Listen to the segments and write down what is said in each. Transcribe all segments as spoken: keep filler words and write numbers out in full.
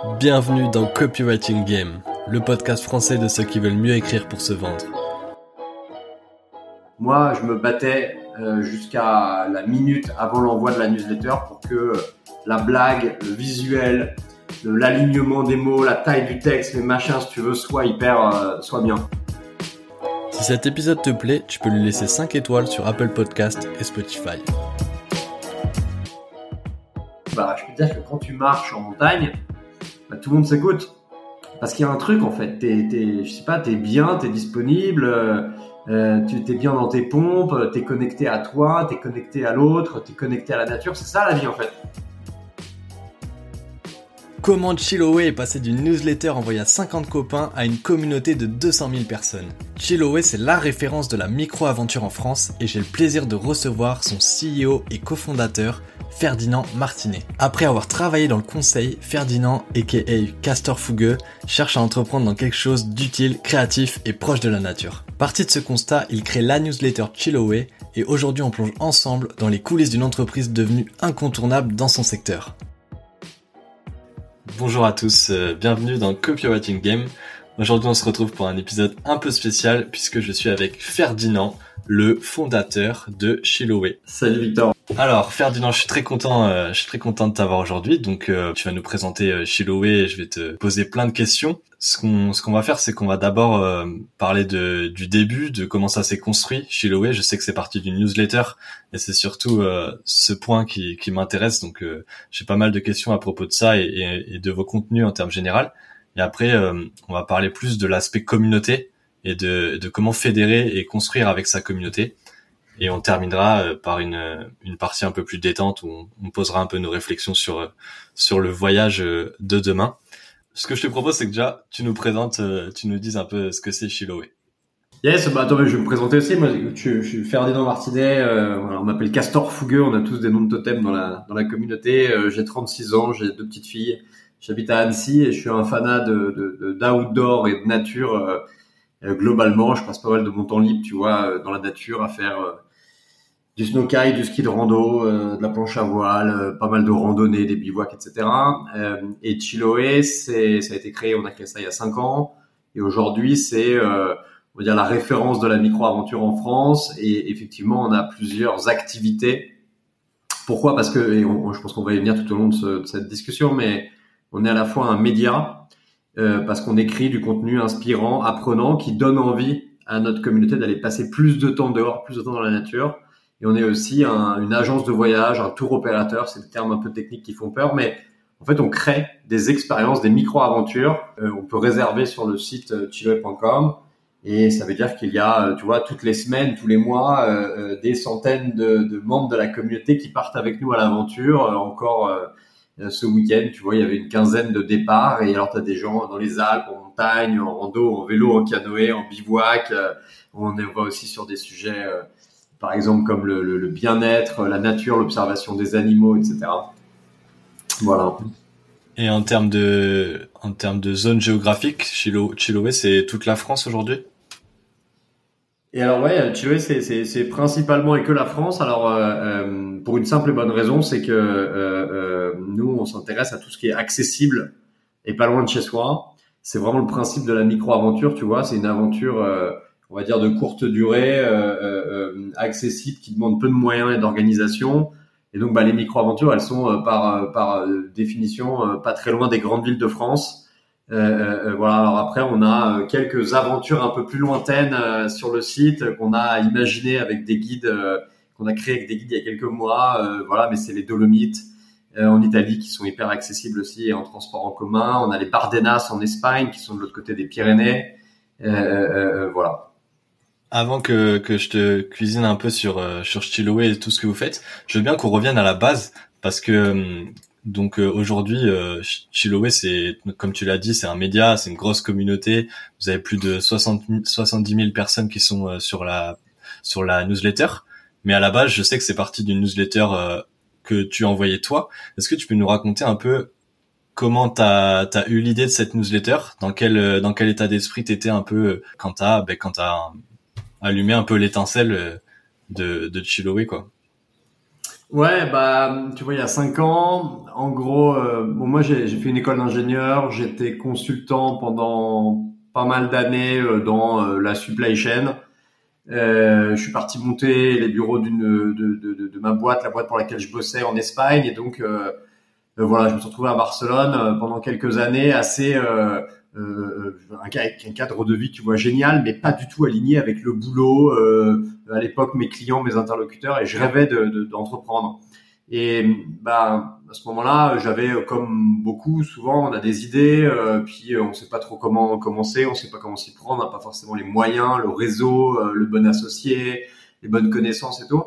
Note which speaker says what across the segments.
Speaker 1: Bienvenue dans Copywriting Game, le podcast français de ceux qui veulent mieux écrire pour se vendre.
Speaker 2: Moi, je me battais euh, jusqu'à la minute avant l'envoi de la newsletter pour que la blague, le visuel, le, l'alignement des mots, la taille du texte, les machins, si tu veux, soit hyper, euh, soit bien.
Speaker 1: Si cet épisode te plaît, tu peux lui laisser cinq étoiles sur Apple Podcast et Spotify.
Speaker 2: Bah, je peux te dire que quand tu marches en montagne, bah, tout le monde s'écoute. Parce qu'il y a un truc, en fait. T'es, t'es, je sais pas, t'es bien, t'es disponible, euh, euh, tu t'es bien dans tes pompes, t'es connecté à toi, t'es connecté à l'autre, t'es connecté à la nature. C'est ça la vie, en fait.
Speaker 1: Comment Chill-Away est passé d'une newsletter envoyée à cinquante copains à une communauté de deux cent mille personnes. Chill-Away, c'est la référence de la micro-aventure en France et j'ai le plaisir de recevoir son C E O et cofondateur, Ferdinand Martinet. Après avoir travaillé dans le conseil, Ferdinand, aka Castor Fougueux, cherche à entreprendre dans quelque chose d'utile, créatif et proche de la nature. Parti de ce constat, il crée la newsletter Chill-Away et aujourd'hui on plonge ensemble dans les coulisses d'une entreprise devenue incontournable dans son secteur. Bonjour à tous, euh, bienvenue dans Copywriting Game. Aujourd'hui on se retrouve pour un épisode un peu spécial puisque je suis avec Ferdinand, le fondateur de Chill-Away.
Speaker 2: Salut Victor.
Speaker 1: Alors Ferdinand, je suis très content, euh, je suis très content de t'avoir aujourd'hui. Donc euh, tu vas nous présenter euh, Chill-Away et je vais te poser plein de questions. Ce qu'on ce qu'on va faire, c'est qu'on va d'abord euh, parler de du début, de comment ça s'est construit Chill-Away. Je sais que c'est parti d'une newsletter et c'est surtout euh, ce point qui qui m'intéresse. Donc euh, j'ai pas mal de questions à propos de ça et, et, et de vos contenus en termes généraux. Et après, euh, on va parler plus de l'aspect communauté et de de comment fédérer et construire avec sa communauté. Et on terminera par une une partie un peu plus détente où on, on posera un peu nos réflexions sur sur le voyage de demain. Ce que je te propose, c'est que déjà tu nous présentes, tu nous dises un peu ce que c'est Chill-Away.
Speaker 2: Yes, bah attends, je vais me présenter aussi. Moi, je, je suis Ferdinand Martinet. Euh, voilà, on m'appelle Castor Fougueux. On a tous des noms de totem dans la dans la communauté. Euh, j'ai trente-six ans, j'ai deux petites filles. J'habite à Annecy et je suis un fanat de de, de d'outdoor et de nature. Euh, euh, globalement, je passe pas mal de mon temps libre, tu vois, euh, dans la nature à faire euh, du snow-kite, du ski de rando, euh, de la planche à voile, euh, pas mal de randonnées, des bivouacs, et cetera. Euh, et Chill-Away, c'est, ça a été créé, on a créé ça il y a cinq ans. Et aujourd'hui, c'est, euh, on va dire, la référence de la micro-aventure en France. Et effectivement, on a plusieurs activités. Pourquoi ? Parce que, et on, je pense qu'on va y venir tout au long de, ce, de cette discussion, mais on est à la fois un média, euh, parce qu'on écrit du contenu inspirant, apprenant, qui donne envie à notre communauté d'aller passer plus de temps dehors, plus de temps dans la nature. Et on est aussi un, une agence de voyage, un tour opérateur, c'est des termes un peu techniques qui font peur, mais en fait, on crée des expériences, des micro-aventures. Euh, on peut réserver sur le site euh, chill-away point com et ça veut dire qu'il y a, tu vois, toutes les semaines, tous les mois, euh, des centaines de, de membres de la communauté qui partent avec nous à l'aventure. Euh, encore euh, ce week-end, tu vois, il y avait une quinzaine de départs et alors tu as des gens dans les Alpes, en montagne, en rando, en vélo, en canoë, en bivouac. Euh, on va aussi sur des sujets... Euh, par exemple comme le, le, le bien-être, la nature, l'observation des animaux, et cetera. Voilà.
Speaker 1: Et en termes de en termes de zone géographique, Chill-Away, c'est toute la France aujourd'hui ?
Speaker 2: Et alors ouais, Chill-Away, c'est, c'est, c'est principalement et que la France. Alors euh, euh, pour une simple et bonne raison, c'est que euh, euh, nous, on s'intéresse à tout ce qui est accessible et pas loin de chez soi. C'est vraiment le principe de la micro-aventure, tu vois. C'est une aventure... Euh, on va dire de courte durée, euh, euh, accessible, qui demande peu de moyens et d'organisation. Et donc, bah, les micro-aventures, elles sont euh, par par euh, définition euh, pas très loin des grandes villes de France. Euh, euh, voilà. Alors après, on a euh, quelques aventures un peu plus lointaines euh, sur le site qu'on a imaginé avec des guides, euh, qu'on a créé avec des guides il y a quelques mois. Euh, voilà, mais c'est les Dolomites euh, en Italie qui sont hyper accessibles aussi et en transport en commun. On a les Bardenas en Espagne qui sont de l'autre côté des Pyrénées. Euh, euh, euh, voilà.
Speaker 1: Avant que que je te cuisine un peu sur euh, sur Chill-Away et tout ce que vous faites, je veux bien qu'on revienne à la base parce que euh, donc euh, aujourd'hui euh, Chill-Away, c'est comme tu l'as dit, c'est un média, c'est une grosse communauté. Vous avez plus de soixante soixante-dix mille personnes qui sont euh, sur la sur la newsletter. Mais à la base, je sais que c'est parti d'une newsletter euh, que tu envoyais toi. Est-ce que tu peux nous raconter un peu comment t'as t'as eu l'idée de cette newsletter, dans quel dans quel état d'esprit t'étais un peu quand t'as ben quand t'as allumer un peu l'étincelle de, de Chill-Away, quoi.
Speaker 2: Ouais, bah, tu vois, il y a cinq ans, en gros, euh, bon, moi, j'ai, j'ai fait une école d'ingénieur, j'étais consultant pendant pas mal d'années euh, dans euh, la supply chain. Euh, je suis parti monter les bureaux d'une de, de, de, de ma boîte, la boîte pour laquelle je bossais en Espagne, et donc euh, euh, voilà, je me suis retrouvé à Barcelone euh, pendant quelques années, assez euh, euh, un, avec un cadre de vie, tu vois, génial, mais pas du tout aligné avec le boulot. Euh, à l'époque, mes clients, mes interlocuteurs, et je rêvais de, de, d'entreprendre. Et bah à ce moment-là, j'avais euh, comme beaucoup, souvent, on a des idées, euh, puis euh, on sait pas trop comment commencer, on sait pas comment s'y prendre, on n'a pas forcément les moyens, le réseau, euh, le bon associé, les bonnes connaissances et tout.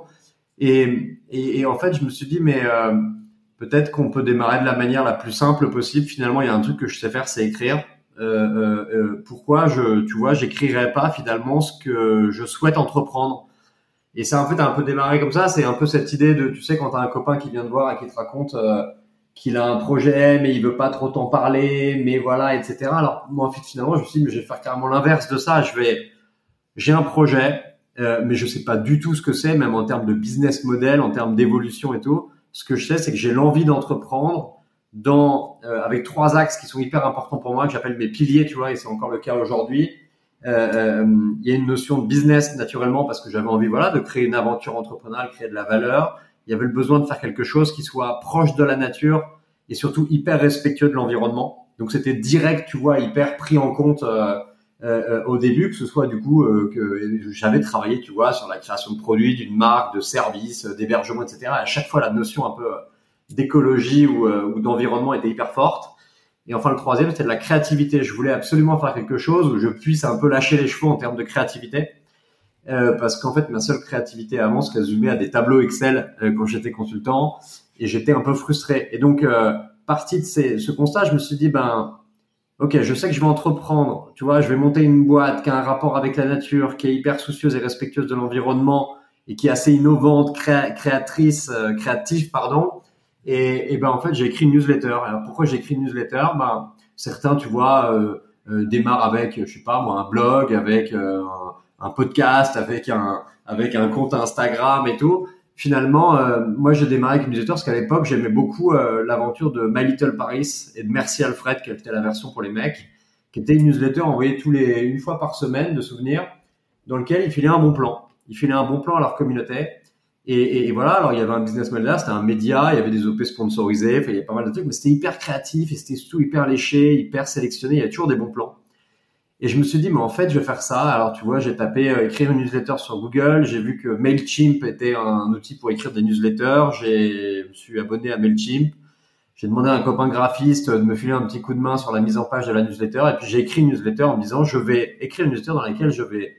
Speaker 2: Et, et, et en fait, je me suis dit, mais euh, peut-être qu'on peut démarrer de la manière la plus simple possible. Finalement, il y a un truc que je sais faire, c'est écrire. Euh, euh, euh, pourquoi je, tu vois, j'écrirais pas finalement ce que je souhaite entreprendre. Et ça, en fait, a un peu démarré comme ça. C'est un peu cette idée de, tu sais, quand t'as un copain qui vient te voir et qui te raconte euh, qu'il a un projet, mais il veut pas trop t'en parler, mais voilà, et cetera. Alors moi, en fait, finalement, je me suis dit, mais je vais faire carrément l'inverse de ça. Je vais, j'ai un projet, euh, mais je sais pas du tout ce que c'est, même en termes de business model, en termes d'évolution et tout. Ce que je sais, c'est que j'ai l'envie d'entreprendre dans euh, avec trois axes qui sont hyper importants pour moi, que j'appelle mes piliers, tu vois, et c'est encore le cas aujourd'hui. Euh, euh, il y a une notion de business naturellement parce que j'avais envie, voilà, de créer une aventure entrepreneuriale, créer de la valeur. Il y avait le besoin de faire quelque chose qui soit proche de la nature et surtout hyper respectueux de l'environnement. Donc c'était direct, tu vois, hyper pris en compte. Euh, euh, au début, que ce soit du coup euh, que j'avais travaillé, tu vois, sur la création de produits, d'une marque, de services, d'hébergement, et cetera. À chaque fois, la notion un peu d'écologie ou, euh, ou d'environnement était hyper forte. Et enfin, le troisième, c'était de la créativité. Je voulais absolument faire quelque chose où je puisse un peu lâcher les chevaux en termes de créativité. Euh, parce qu'en fait, ma seule créativité avant se résumait à des tableaux Excel euh, quand j'étais consultant. Et j'étais un peu frustré. Et donc, euh, partie de ces, ce constat, je me suis dit, ben, ok, je sais que je vais entreprendre, tu vois, je vais monter une boîte qui a un rapport avec la nature, qui est hyper soucieuse et respectueuse de l'environnement et qui est assez innovante, créa- créatrice, euh, créative, pardon. Et, et ben en fait, j'ai écrit une newsletter. Alors pourquoi j'ai écrit une newsletter? Ben certains, tu vois, euh, euh, démarrent avec, je sais pas moi, un blog, avec euh, un, un podcast, avec un avec un compte Instagram et tout. Finalement, euh, moi, j'ai démarré avec une newsletter parce qu'à l'époque, j'aimais beaucoup euh, l'aventure de My Little Paris et de Merci Alfred, qui était la version pour les mecs, qui était une newsletter envoyée tous les une fois par semaine de souvenirs, dans lequel ils filaient un bon plan. Ils filaient un bon plan à leur communauté. Et, et, et voilà, alors il y avait un business model là, c'était un média, il y avait des O P sponsorisés, enfin, il y avait pas mal de trucs, mais c'était hyper créatif et c'était surtout hyper léché, hyper sélectionné, il y avait toujours des bons plans. Et je me suis dit, mais en fait, je vais faire ça. Alors, tu vois, j'ai tapé euh, écrire une newsletter sur Google. J'ai vu que Mailchimp était un outil pour écrire des newsletters. J'ai, je me suis abonné à Mailchimp. J'ai demandé à un copain graphiste de me filer un petit coup de main sur la mise en page de la newsletter. Et puis, j'ai écrit une newsletter en me disant, je vais écrire une newsletter dans laquelle je vais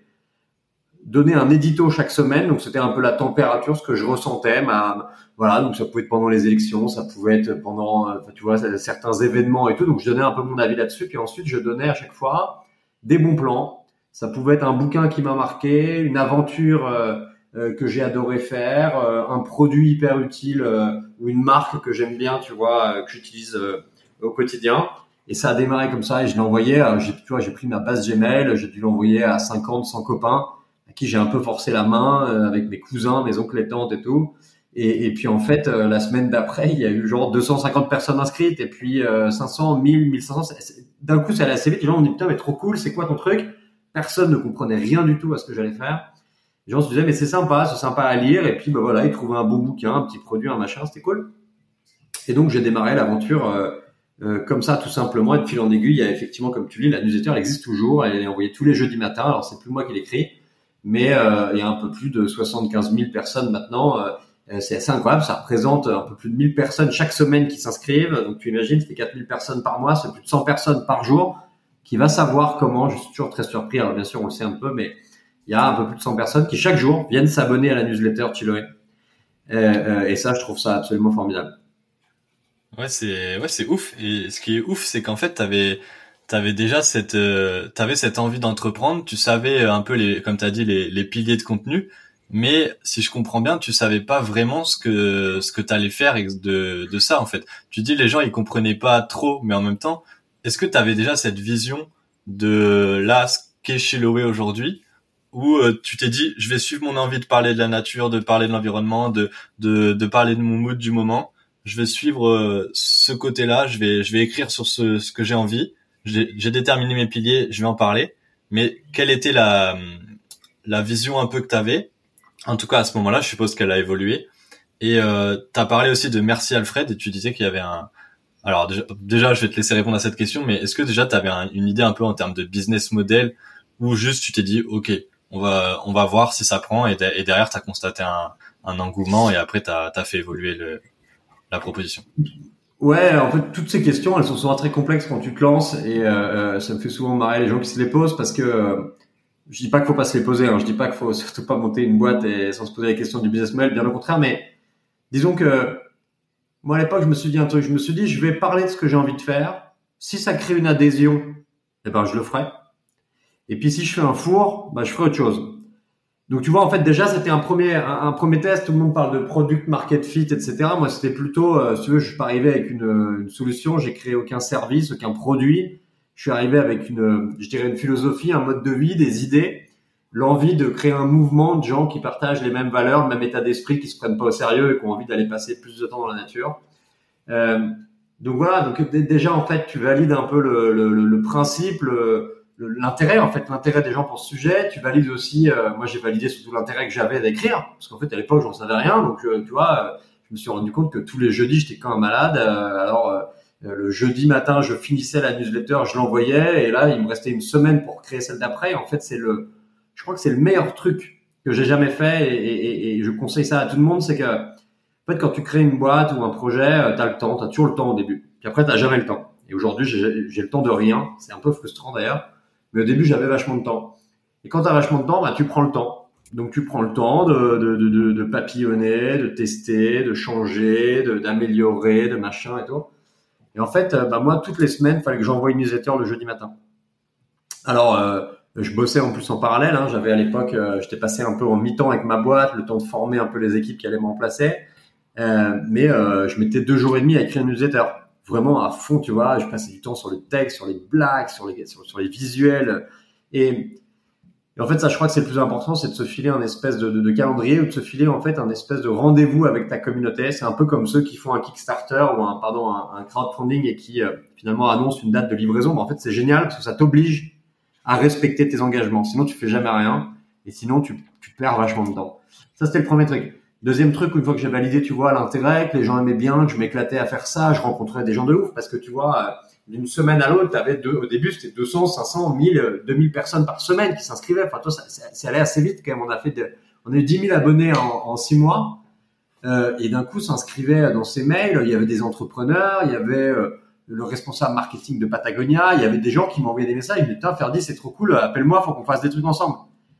Speaker 2: donner un édito chaque semaine. Donc, c'était un peu la température, ce que je ressentais. Ma, voilà. Donc, ça pouvait être pendant les élections, ça pouvait être pendant, enfin, tu vois, certains événements et tout. Donc, je donnais un peu mon avis là-dessus. Puis ensuite, je donnais à chaque fois des bons plans. Ça pouvait être un bouquin qui m'a marqué, une aventure euh, euh, que j'ai adoré faire, euh, un produit hyper utile euh, ou une marque que j'aime bien, tu vois, euh, que j'utilise euh, au quotidien. Et ça a démarré comme ça et je l'ai envoyé. Euh, j'ai, tu vois, j'ai pris ma base Gmail, j'ai dû l'envoyer à cinquante, cent copains à qui j'ai un peu forcé la main euh, avec mes cousins, mes oncles et tantes et tout. Et, et puis en fait, euh, la semaine d'après, il y a eu genre deux cent cinquante personnes inscrites et puis euh, cinq cents, mille, mille cinq cents. D'un coup, ça allait assez vite. Les gens m'ont dit putain, mais trop cool, c'est quoi ton truc? Personne ne comprenait rien du tout à ce que j'allais faire. Les gens se disaient mais c'est sympa, c'est sympa à lire. Et puis bah voilà, ils trouvaient un beau bouquin, un petit produit, un machin, c'était cool. Et donc j'ai démarré l'aventure euh, euh, comme ça tout simplement. Et de fil en aiguille, il y a effectivement, comme tu dis, la newsletter elle existe toujours. Elle est envoyée tous les jeudis matin. Alors c'est plus moi qui l'écris, mais euh, il y a un peu plus de soixante-quinze mille personnes maintenant. Euh, c'est assez incroyable, ça représente un peu plus de mille personnes chaque semaine qui s'inscrivent. Donc tu imagines, c'est quatre mille personnes par mois, c'est plus de cent personnes par jour qui va savoir comment. Je suis toujours très surpris. Alors bien sûr, on le sait un peu, mais il y a un peu plus de cent personnes qui chaque jour viennent s'abonner à la newsletter Chiloé. Euh, euh, et ça, je trouve ça absolument formidable.
Speaker 1: Ouais, c'est ouais, c'est ouf. Et ce qui est ouf, c'est qu'en fait, t'avais t'avais déjà cette euh, t'avais cette envie d'entreprendre. Tu savais un peu les, comme t'as dit, les les piliers de contenu. Mais si je comprends bien, tu savais pas vraiment ce que ce que t'allais faire de de ça en fait. Tu dis les gens ils comprenaient pas trop, mais en même temps, est-ce que t'avais déjà cette vision de là ce qu'est Chiloé aujourd'hui? où euh, tu t'es dit je vais suivre mon envie de parler de la nature, de parler de l'environnement, de de de parler de mon mood du moment. Je vais suivre euh, ce côté-là, je vais je vais écrire sur ce ce que j'ai envie. J'ai j'ai déterminé mes piliers, je vais en parler. Mais quelle était la la vision un peu que tu avais? En tout cas à ce moment-là, je suppose qu'elle a évolué. Et euh, tu as parlé aussi de Merci Alfred et tu disais qu'il y avait un alors déjà, déjà je vais te laisser répondre à cette question, mais est-ce que déjà tu avais un, une idée un peu en termes de business model ou juste tu t'es dit OK, on va on va voir si ça prend et, de, et derrière tu as constaté un un engouement et après tu as tu as fait évoluer le la proposition.
Speaker 2: Ouais, en fait, toutes ces questions, elles sont souvent très complexes quand tu te lances et euh, ça me fait souvent marrer les gens qui se les posent parce que euh, je dis pas qu'il faut pas se les poser, hein, je dis pas qu'il faut surtout pas monter une boîte et sans se poser la question du business model, bien au contraire, mais disons que moi à l'époque, je me suis dit un truc, je me suis dit je vais parler de ce que j'ai envie de faire, si ça crée une adhésion, eh ben je le ferai. Et puis si je fais un four, bah je ferai autre chose. Donc tu vois, en fait, déjà, c'était un premier, un, un premier test. Tout le monde parle de product market fit, et cetera. Moi, c'était plutôt, euh, si tu veux, je suis pas arrivé avec une, une solution. J'ai créé aucun service, aucun produit. Je suis arrivé avec une, je dirais, une philosophie, un mode de vie, des idées, l'envie de créer un mouvement de gens qui partagent les mêmes valeurs, le même état d'esprit, qui se prennent pas au sérieux et qui ont envie d'aller passer plus de temps dans la nature. Euh, donc voilà. Donc d- déjà, en fait, tu valides un peu le, le, le, le principe. Le, l'intérêt en fait l'intérêt des gens pour ce sujet. Tu valides aussi euh, moi j'ai validé surtout l'intérêt que j'avais d'écrire parce qu'en fait à l'époque j'en savais rien, donc euh, tu vois euh, je me suis rendu compte que tous les jeudis j'étais quand un malade. Euh, alors euh, le jeudi matin je finissais la newsletter, je l'envoyais et là il me restait une semaine pour créer celle d'après. En fait c'est le je crois que c'est le meilleur truc que j'ai jamais fait et, et, et je conseille ça à tout le monde. C'est que en fait quand tu crées une boîte ou un projet, euh, t'as le temps, t'as toujours le temps au début, puis après t'as jamais le temps. Et aujourd'hui j'ai, j'ai le temps de rien, c'est un peu frustrant d'ailleurs. Mais au début, j'avais vachement de temps. Et quand tu as vachement de temps, bah, tu prends le temps. Donc, tu prends le temps de, de, de, de papillonner, de tester, de changer, de, d'améliorer, de machin et tout. Et en fait, bah, moi, toutes les semaines, il fallait que j'envoie une newsletter le jeudi matin. Alors, euh, je bossais en plus en parallèle. Hein. J'avais à l'époque, euh, j'étais passé un peu en mi-temps avec ma boîte, le temps de former un peu les équipes qui allaient me remplacer. Euh, mais euh, je mettais deux jours et demi à écrire une newsletter. Vraiment à fond, tu vois. Je passais du temps sur le texte, sur les blagues, sur les, sur, sur les visuels. Et, et en fait, ça, je crois que c'est le plus important, c'est de se filer un espèce de, de, de calendrier ou de se filer en fait un espèce de rendez-vous avec ta communauté. C'est un peu comme ceux qui font un Kickstarter ou un, pardon, un, un crowdfunding et qui euh, finalement annoncent une date de livraison. Mais en fait, c'est génial parce que ça t'oblige à respecter tes engagements. Sinon, tu fais jamais rien et sinon, tu, tu perds vachement de temps. Ça, c'était le premier truc. Deuxième truc, une fois que j'ai validé, tu vois, l'intérêt, que les gens aimaient bien, que je m'éclatais à faire ça, je rencontrais des gens de ouf parce que tu vois, d'une semaine à l'autre, t'avais deux, au début, c'était deux cents, cinq cents, mille, deux mille personnes par semaine qui s'inscrivaient. Enfin, toi, ça, ça, ça allait assez vite quand même. On a fait de, on a eu dix mille abonnés en, en six mois. Euh, et d'un coup, s'inscrivaient dans ces mails. Il y avait des entrepreneurs, il y avait euh, le responsable marketing de Patagonia, il y avait des gens qui m'envoyaient des messages. Ils me disaient, putain, Ferdi, c'est trop cool, appelle-moi, faut qu'on fasse des trucs ensemble.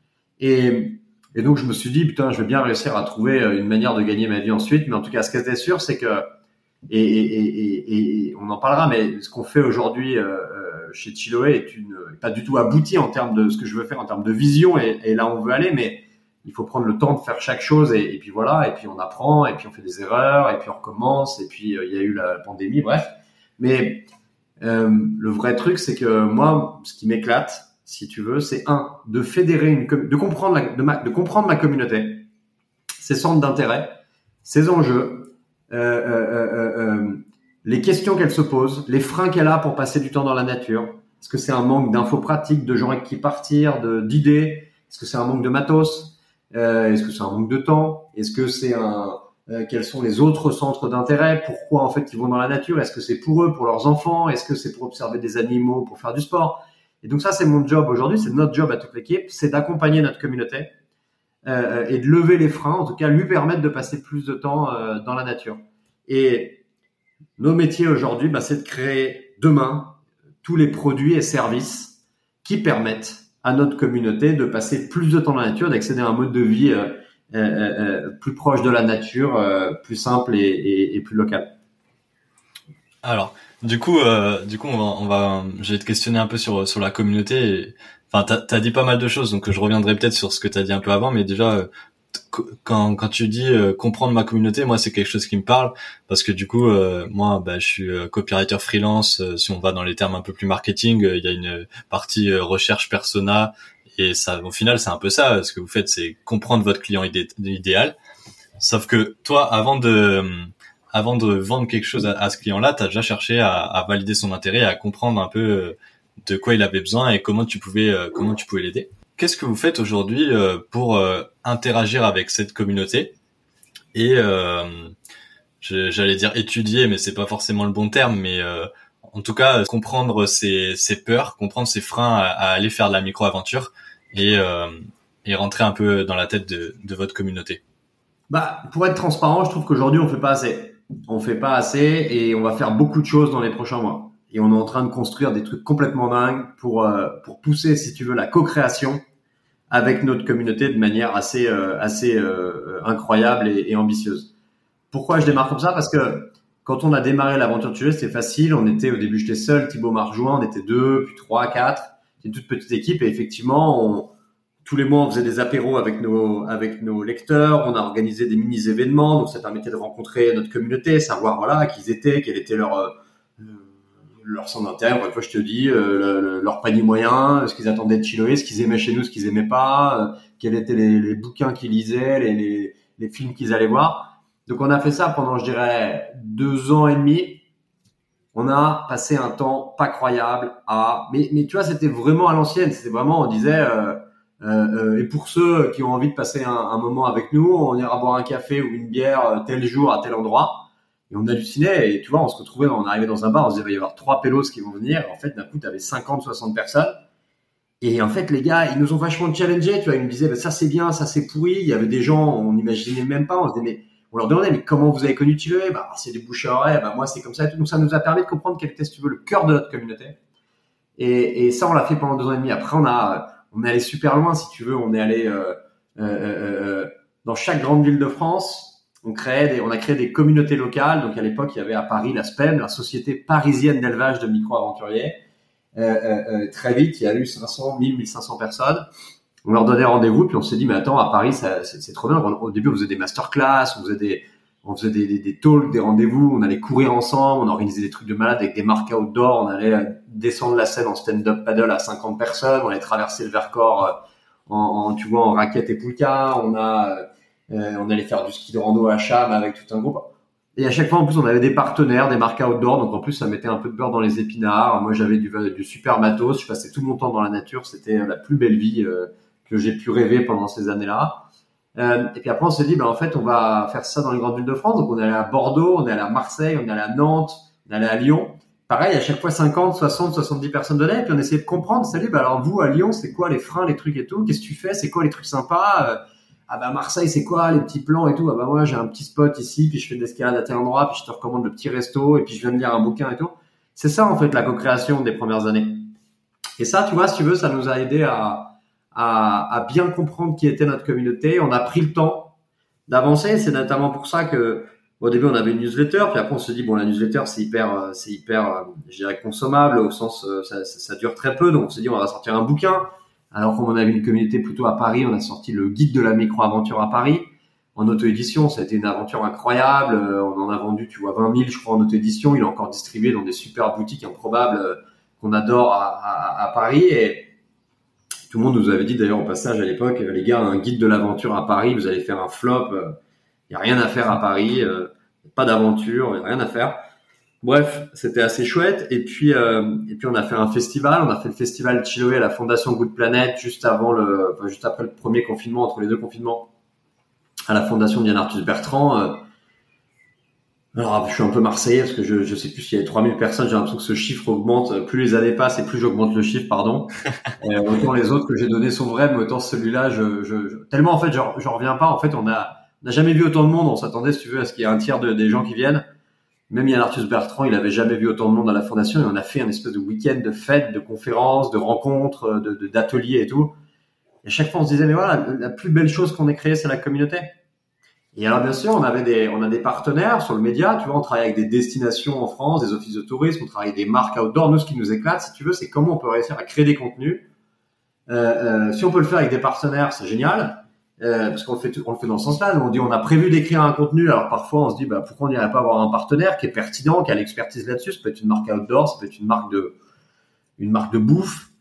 Speaker 2: Et, Et donc, je me suis dit, putain, je vais bien réussir à trouver une manière de gagner ma vie ensuite. Mais en tout cas, ce qui était sûr, c'est que, et, et, et, et on en parlera, mais ce qu'on fait aujourd'hui euh, chez Chiloé est une, pas du tout abouti en termes de ce que je veux faire, en termes de vision et, et là où on veut aller. Mais il faut prendre le temps de faire chaque chose et, et puis voilà. Et puis on apprend, et puis on fait des erreurs, et puis on recommence. Et puis euh, il y a eu la pandémie, bref. Mais euh, le vrai truc, c'est que moi, ce qui m'éclate, si tu veux, c'est un, de fédérer une, de comprendre la, de, ma, de comprendre ma communauté, ses centres d'intérêt, ses enjeux, euh, euh, euh, euh, les questions qu'elle se pose, les freins qu'elle a pour passer du temps dans la nature. Est-ce que c'est un manque d'infos pratiques, de gens avec qui partir, de, d'idées? Est-ce que c'est un manque de matos? euh, Est-ce que c'est un manque de temps? Est-ce que c'est un, euh, quels sont les autres centres d'intérêt? Pourquoi en fait ils vont dans la nature? Est-ce que c'est pour eux, pour leurs enfants? Est-ce que c'est pour observer des animaux, pour faire du sport? Et donc ça, c'est mon job aujourd'hui, c'est notre job à toute l'équipe, c'est d'accompagner notre communauté euh, et de lever les freins, en tout cas lui permettre de passer plus de temps euh, dans la nature. Et nos métiers aujourd'hui, bah, c'est de créer demain tous les produits et services qui permettent à notre communauté de passer plus de temps dans la nature, d'accéder à un mode de vie euh, euh, euh, plus proche de la nature, euh, plus simple et, et, et plus local.
Speaker 1: Alors, du coup, euh, du coup, on va, on va, je vais te questionner un peu sur sur la communauté. Et, enfin, t'as, t'as dit pas mal de choses, donc je reviendrai peut-être sur ce que t'as dit un peu avant. Mais déjà, euh, quand quand tu dis euh, comprendre ma communauté, moi, c'est quelque chose qui me parle parce que du coup, euh, moi, bah, je suis euh, copywriter freelance. Euh, si on va dans les termes un peu plus marketing, euh, il y a une partie euh, recherche persona Et ça, au final, c'est un peu ça. Ce que vous faites, c'est comprendre votre client idé- idéal. Sauf que toi, avant de, avant de vendre quelque chose à, à ce client-là, tu as déjà cherché à, à valider son intérêt, à comprendre un peu de quoi il avait besoin et comment tu pouvais, comment tu pouvais l'aider. Qu'est-ce que vous faites aujourd'hui pour interagir avec cette communauté et euh, j'allais dire étudier, mais c'est pas forcément le bon terme, mais euh, en tout cas comprendre ses, ses peurs, comprendre ses freins à, à aller faire de la micro-aventure et, euh, et rentrer un peu dans la tête de, de votre communauté.
Speaker 2: Bah, pour être transparent, je trouve qu'aujourd'hui on fait pas assez. On fait pas assez et on va faire beaucoup de choses dans les prochains mois. Et on est en train de construire des trucs complètement dingues pour euh, pour pousser, si tu veux, la co-création avec notre communauté de manière assez euh, assez euh, incroyable et, et ambitieuse. Pourquoi je démarre comme ça? Parce que quand on a démarré l'aventure Chilo, c'était facile. On était, au début, j'étais seul, Thibaut m'a rejoint, on était deux, puis trois, quatre. C'est une toute petite équipe et effectivement, on, tous les mois, on faisait des apéros avec nos, avec nos lecteurs. On a organisé des mini-événements, donc ça permettait de rencontrer notre communauté, savoir, voilà, qui ils étaient, quel était leur, euh, leur centre d'intérêt. Une fois, je te dis, euh, le, le, leur panier moyen, ce qu'ils attendaient de Chiloé, ce qu'ils aimaient chez nous, ce qu'ils aimaient pas, euh, quels étaient les, les bouquins qu'ils lisaient, les, les, les films qu'ils allaient voir. Donc, on a fait ça pendant, je dirais, deux ans et demi. On a passé un temps pas croyable à, mais, mais tu vois, c'était vraiment à l'ancienne. C'était vraiment, on disait, euh, euh, euh, et pour ceux qui ont envie de passer un, un moment avec nous, on ira boire un café ou une bière tel jour à tel endroit. Et on hallucinait. Et tu vois, on se retrouvait, on arrivait dans un bar, on se disait, il va y avoir trois pélos qui vont venir. En fait, d'un coup, tu avais cinquante, soixante personnes. Et en fait, les gars, ils nous ont vachement challengés. Tu vois, ils nous disaient, bah, ça c'est bien, ça c'est pourri. Il y avait des gens, on n'imaginait même pas. On se disait, mais on leur demandait, mais comment vous avez connu Chiloé? Bah, c'est du bouche à oreille. Bah, moi, c'est comme ça. Et tout. Donc, ça nous a permis de comprendre quel était, si tu veux, le cœur de notre communauté. Et, et ça, on l'a fait pendant deux ans et demi. Après, on a, on est allé super loin, si tu veux. On est allé euh, euh, euh, dans chaque grande ville de France. On créait des, on a créé des communautés locales. Donc, à l'époque, il y avait à Paris la S P E M, la Société Parisienne d'élevage de micro-aventuriers. Euh, euh, euh, très vite, il y a eu cinq cents, mille, mille cinq cents personnes. On leur donnait rendez-vous, puis on s'est dit, mais attends, à Paris, ça, c'est, c'est trop bien. Au début, on faisait des masterclass, on faisait des, on faisait des, des, des talks, des rendez-vous, on allait courir ensemble, on organisait des trucs de malade avec des marques outdoor, on allait descendre la Seine en stand-up paddle à cinquante personnes, on allait traverser le Vercors en, en tu vois, en raquette et poulka, on a, euh, on allait faire du ski de rando à Cham avec tout un groupe. Et à chaque fois, en plus, on avait des partenaires, des marques outdoor, donc en plus, ça mettait un peu de beurre dans les épinards. Moi, j'avais du, du super matos, je passais tout mon temps dans la nature, c'était la plus belle vie euh, que j'ai pu rêver pendant ces années-là. Euh, et puis après, on s'est dit, ben en fait, on va faire ça dans les grandes villes de France. Donc, on est allé à Bordeaux, on est allé à Marseille, on est allé à Nantes, on est allé à Lyon. Pareil, à chaque fois cinquante, soixante, soixante-dix personnes venaient. Et puis, on essayait de comprendre. Salut, ben alors vous, à Lyon, c'est quoi les freins, les trucs et tout? Qu'est-ce que tu fais? C'est quoi les trucs sympas? euh, Ah bah Marseille, c'est quoi les petits plans et tout? Ah bah moi, j'ai un petit spot ici, puis je fais de l'escalade à tel endroit, puis je te recommande le petit resto, et puis je viens de lire un bouquin et tout. C'est ça, en fait, la co-création des premières années. Et ça, tu vois, si tu veux, ça nous a aidé à À, à bien comprendre qui était notre communauté. On a pris le temps d'avancer. C'est notamment pour ça que au début on avait une newsletter, puis après on se dit bon, la newsletter c'est hyper, c'est hyper, je dirais consommable au sens ça, ça, ça dure très peu, donc on s'est dit on va sortir un bouquin. Alors comme on avait une communauté plutôt à Paris, on a sorti le guide de la micro-aventure à Paris en auto-édition. Ça a été une aventure incroyable. On en a vendu, tu vois, vingt mille je crois en auto-édition. Il est encore distribué dans des super boutiques improbables qu'on adore à, à, à Paris. Et tout le monde nous avait dit d'ailleurs au passage à l'époque, les gars, un guide de l'aventure à Paris, vous allez faire un flop. Il euh, y a rien à faire à Paris, euh, pas d'aventure, il y a rien à faire. Bref, c'était assez chouette. Et puis, euh, et puis on a fait un festival. On a fait le festival Chiloé à la Fondation Good Planet juste avant le, enfin, juste après le premier confinement, entre les deux confinements, à la Fondation Diane Arthus Bertrand. Euh, Alors, je suis un peu marseillais parce que je, je sais plus s'il y avait trois mille personnes. J'ai l'impression que ce chiffre augmente. Plus les années passent et plus j'augmente le chiffre, pardon. Et autant les autres que j'ai donnés sont vrais, mais autant celui-là, je, je, je... tellement en fait, j'en, j'en reviens pas. En fait, on a, on n'a jamais vu autant de monde. On s'attendait, si tu veux, à ce qu'il y ait un tiers de, des gens qui viennent. Même Yann Arthus Bertrand, il avait jamais vu autant de monde à la fondation. Et on a fait un espèce de week-end de fêtes, de conférences, de rencontres, de, de, d'ateliers et tout. Et à chaque fois, on se disait, mais voilà, la plus belle chose qu'on ait créée, c'est la communauté. Et alors, bien sûr, on avait des, on a des partenaires sur le média. Tu vois, on travaille avec des destinations en France, des offices de tourisme, on travaille avec des marques outdoor. Nous, ce qui nous éclate, si tu veux, c'est comment on peut réussir à créer des contenus. Euh, euh, si on peut le faire avec des partenaires, c'est génial. Euh, parce qu'on le fait, on le fait dans ce sens-là. Nous, on dit, on a prévu d'écrire un contenu. Alors, parfois, on se dit, bah, pourquoi on n'irait pas avoir un partenaire qui est pertinent, qui a l'expertise là-dessus? Ça peut être une marque outdoor, ça peut être une marque de, une marque de bouffe.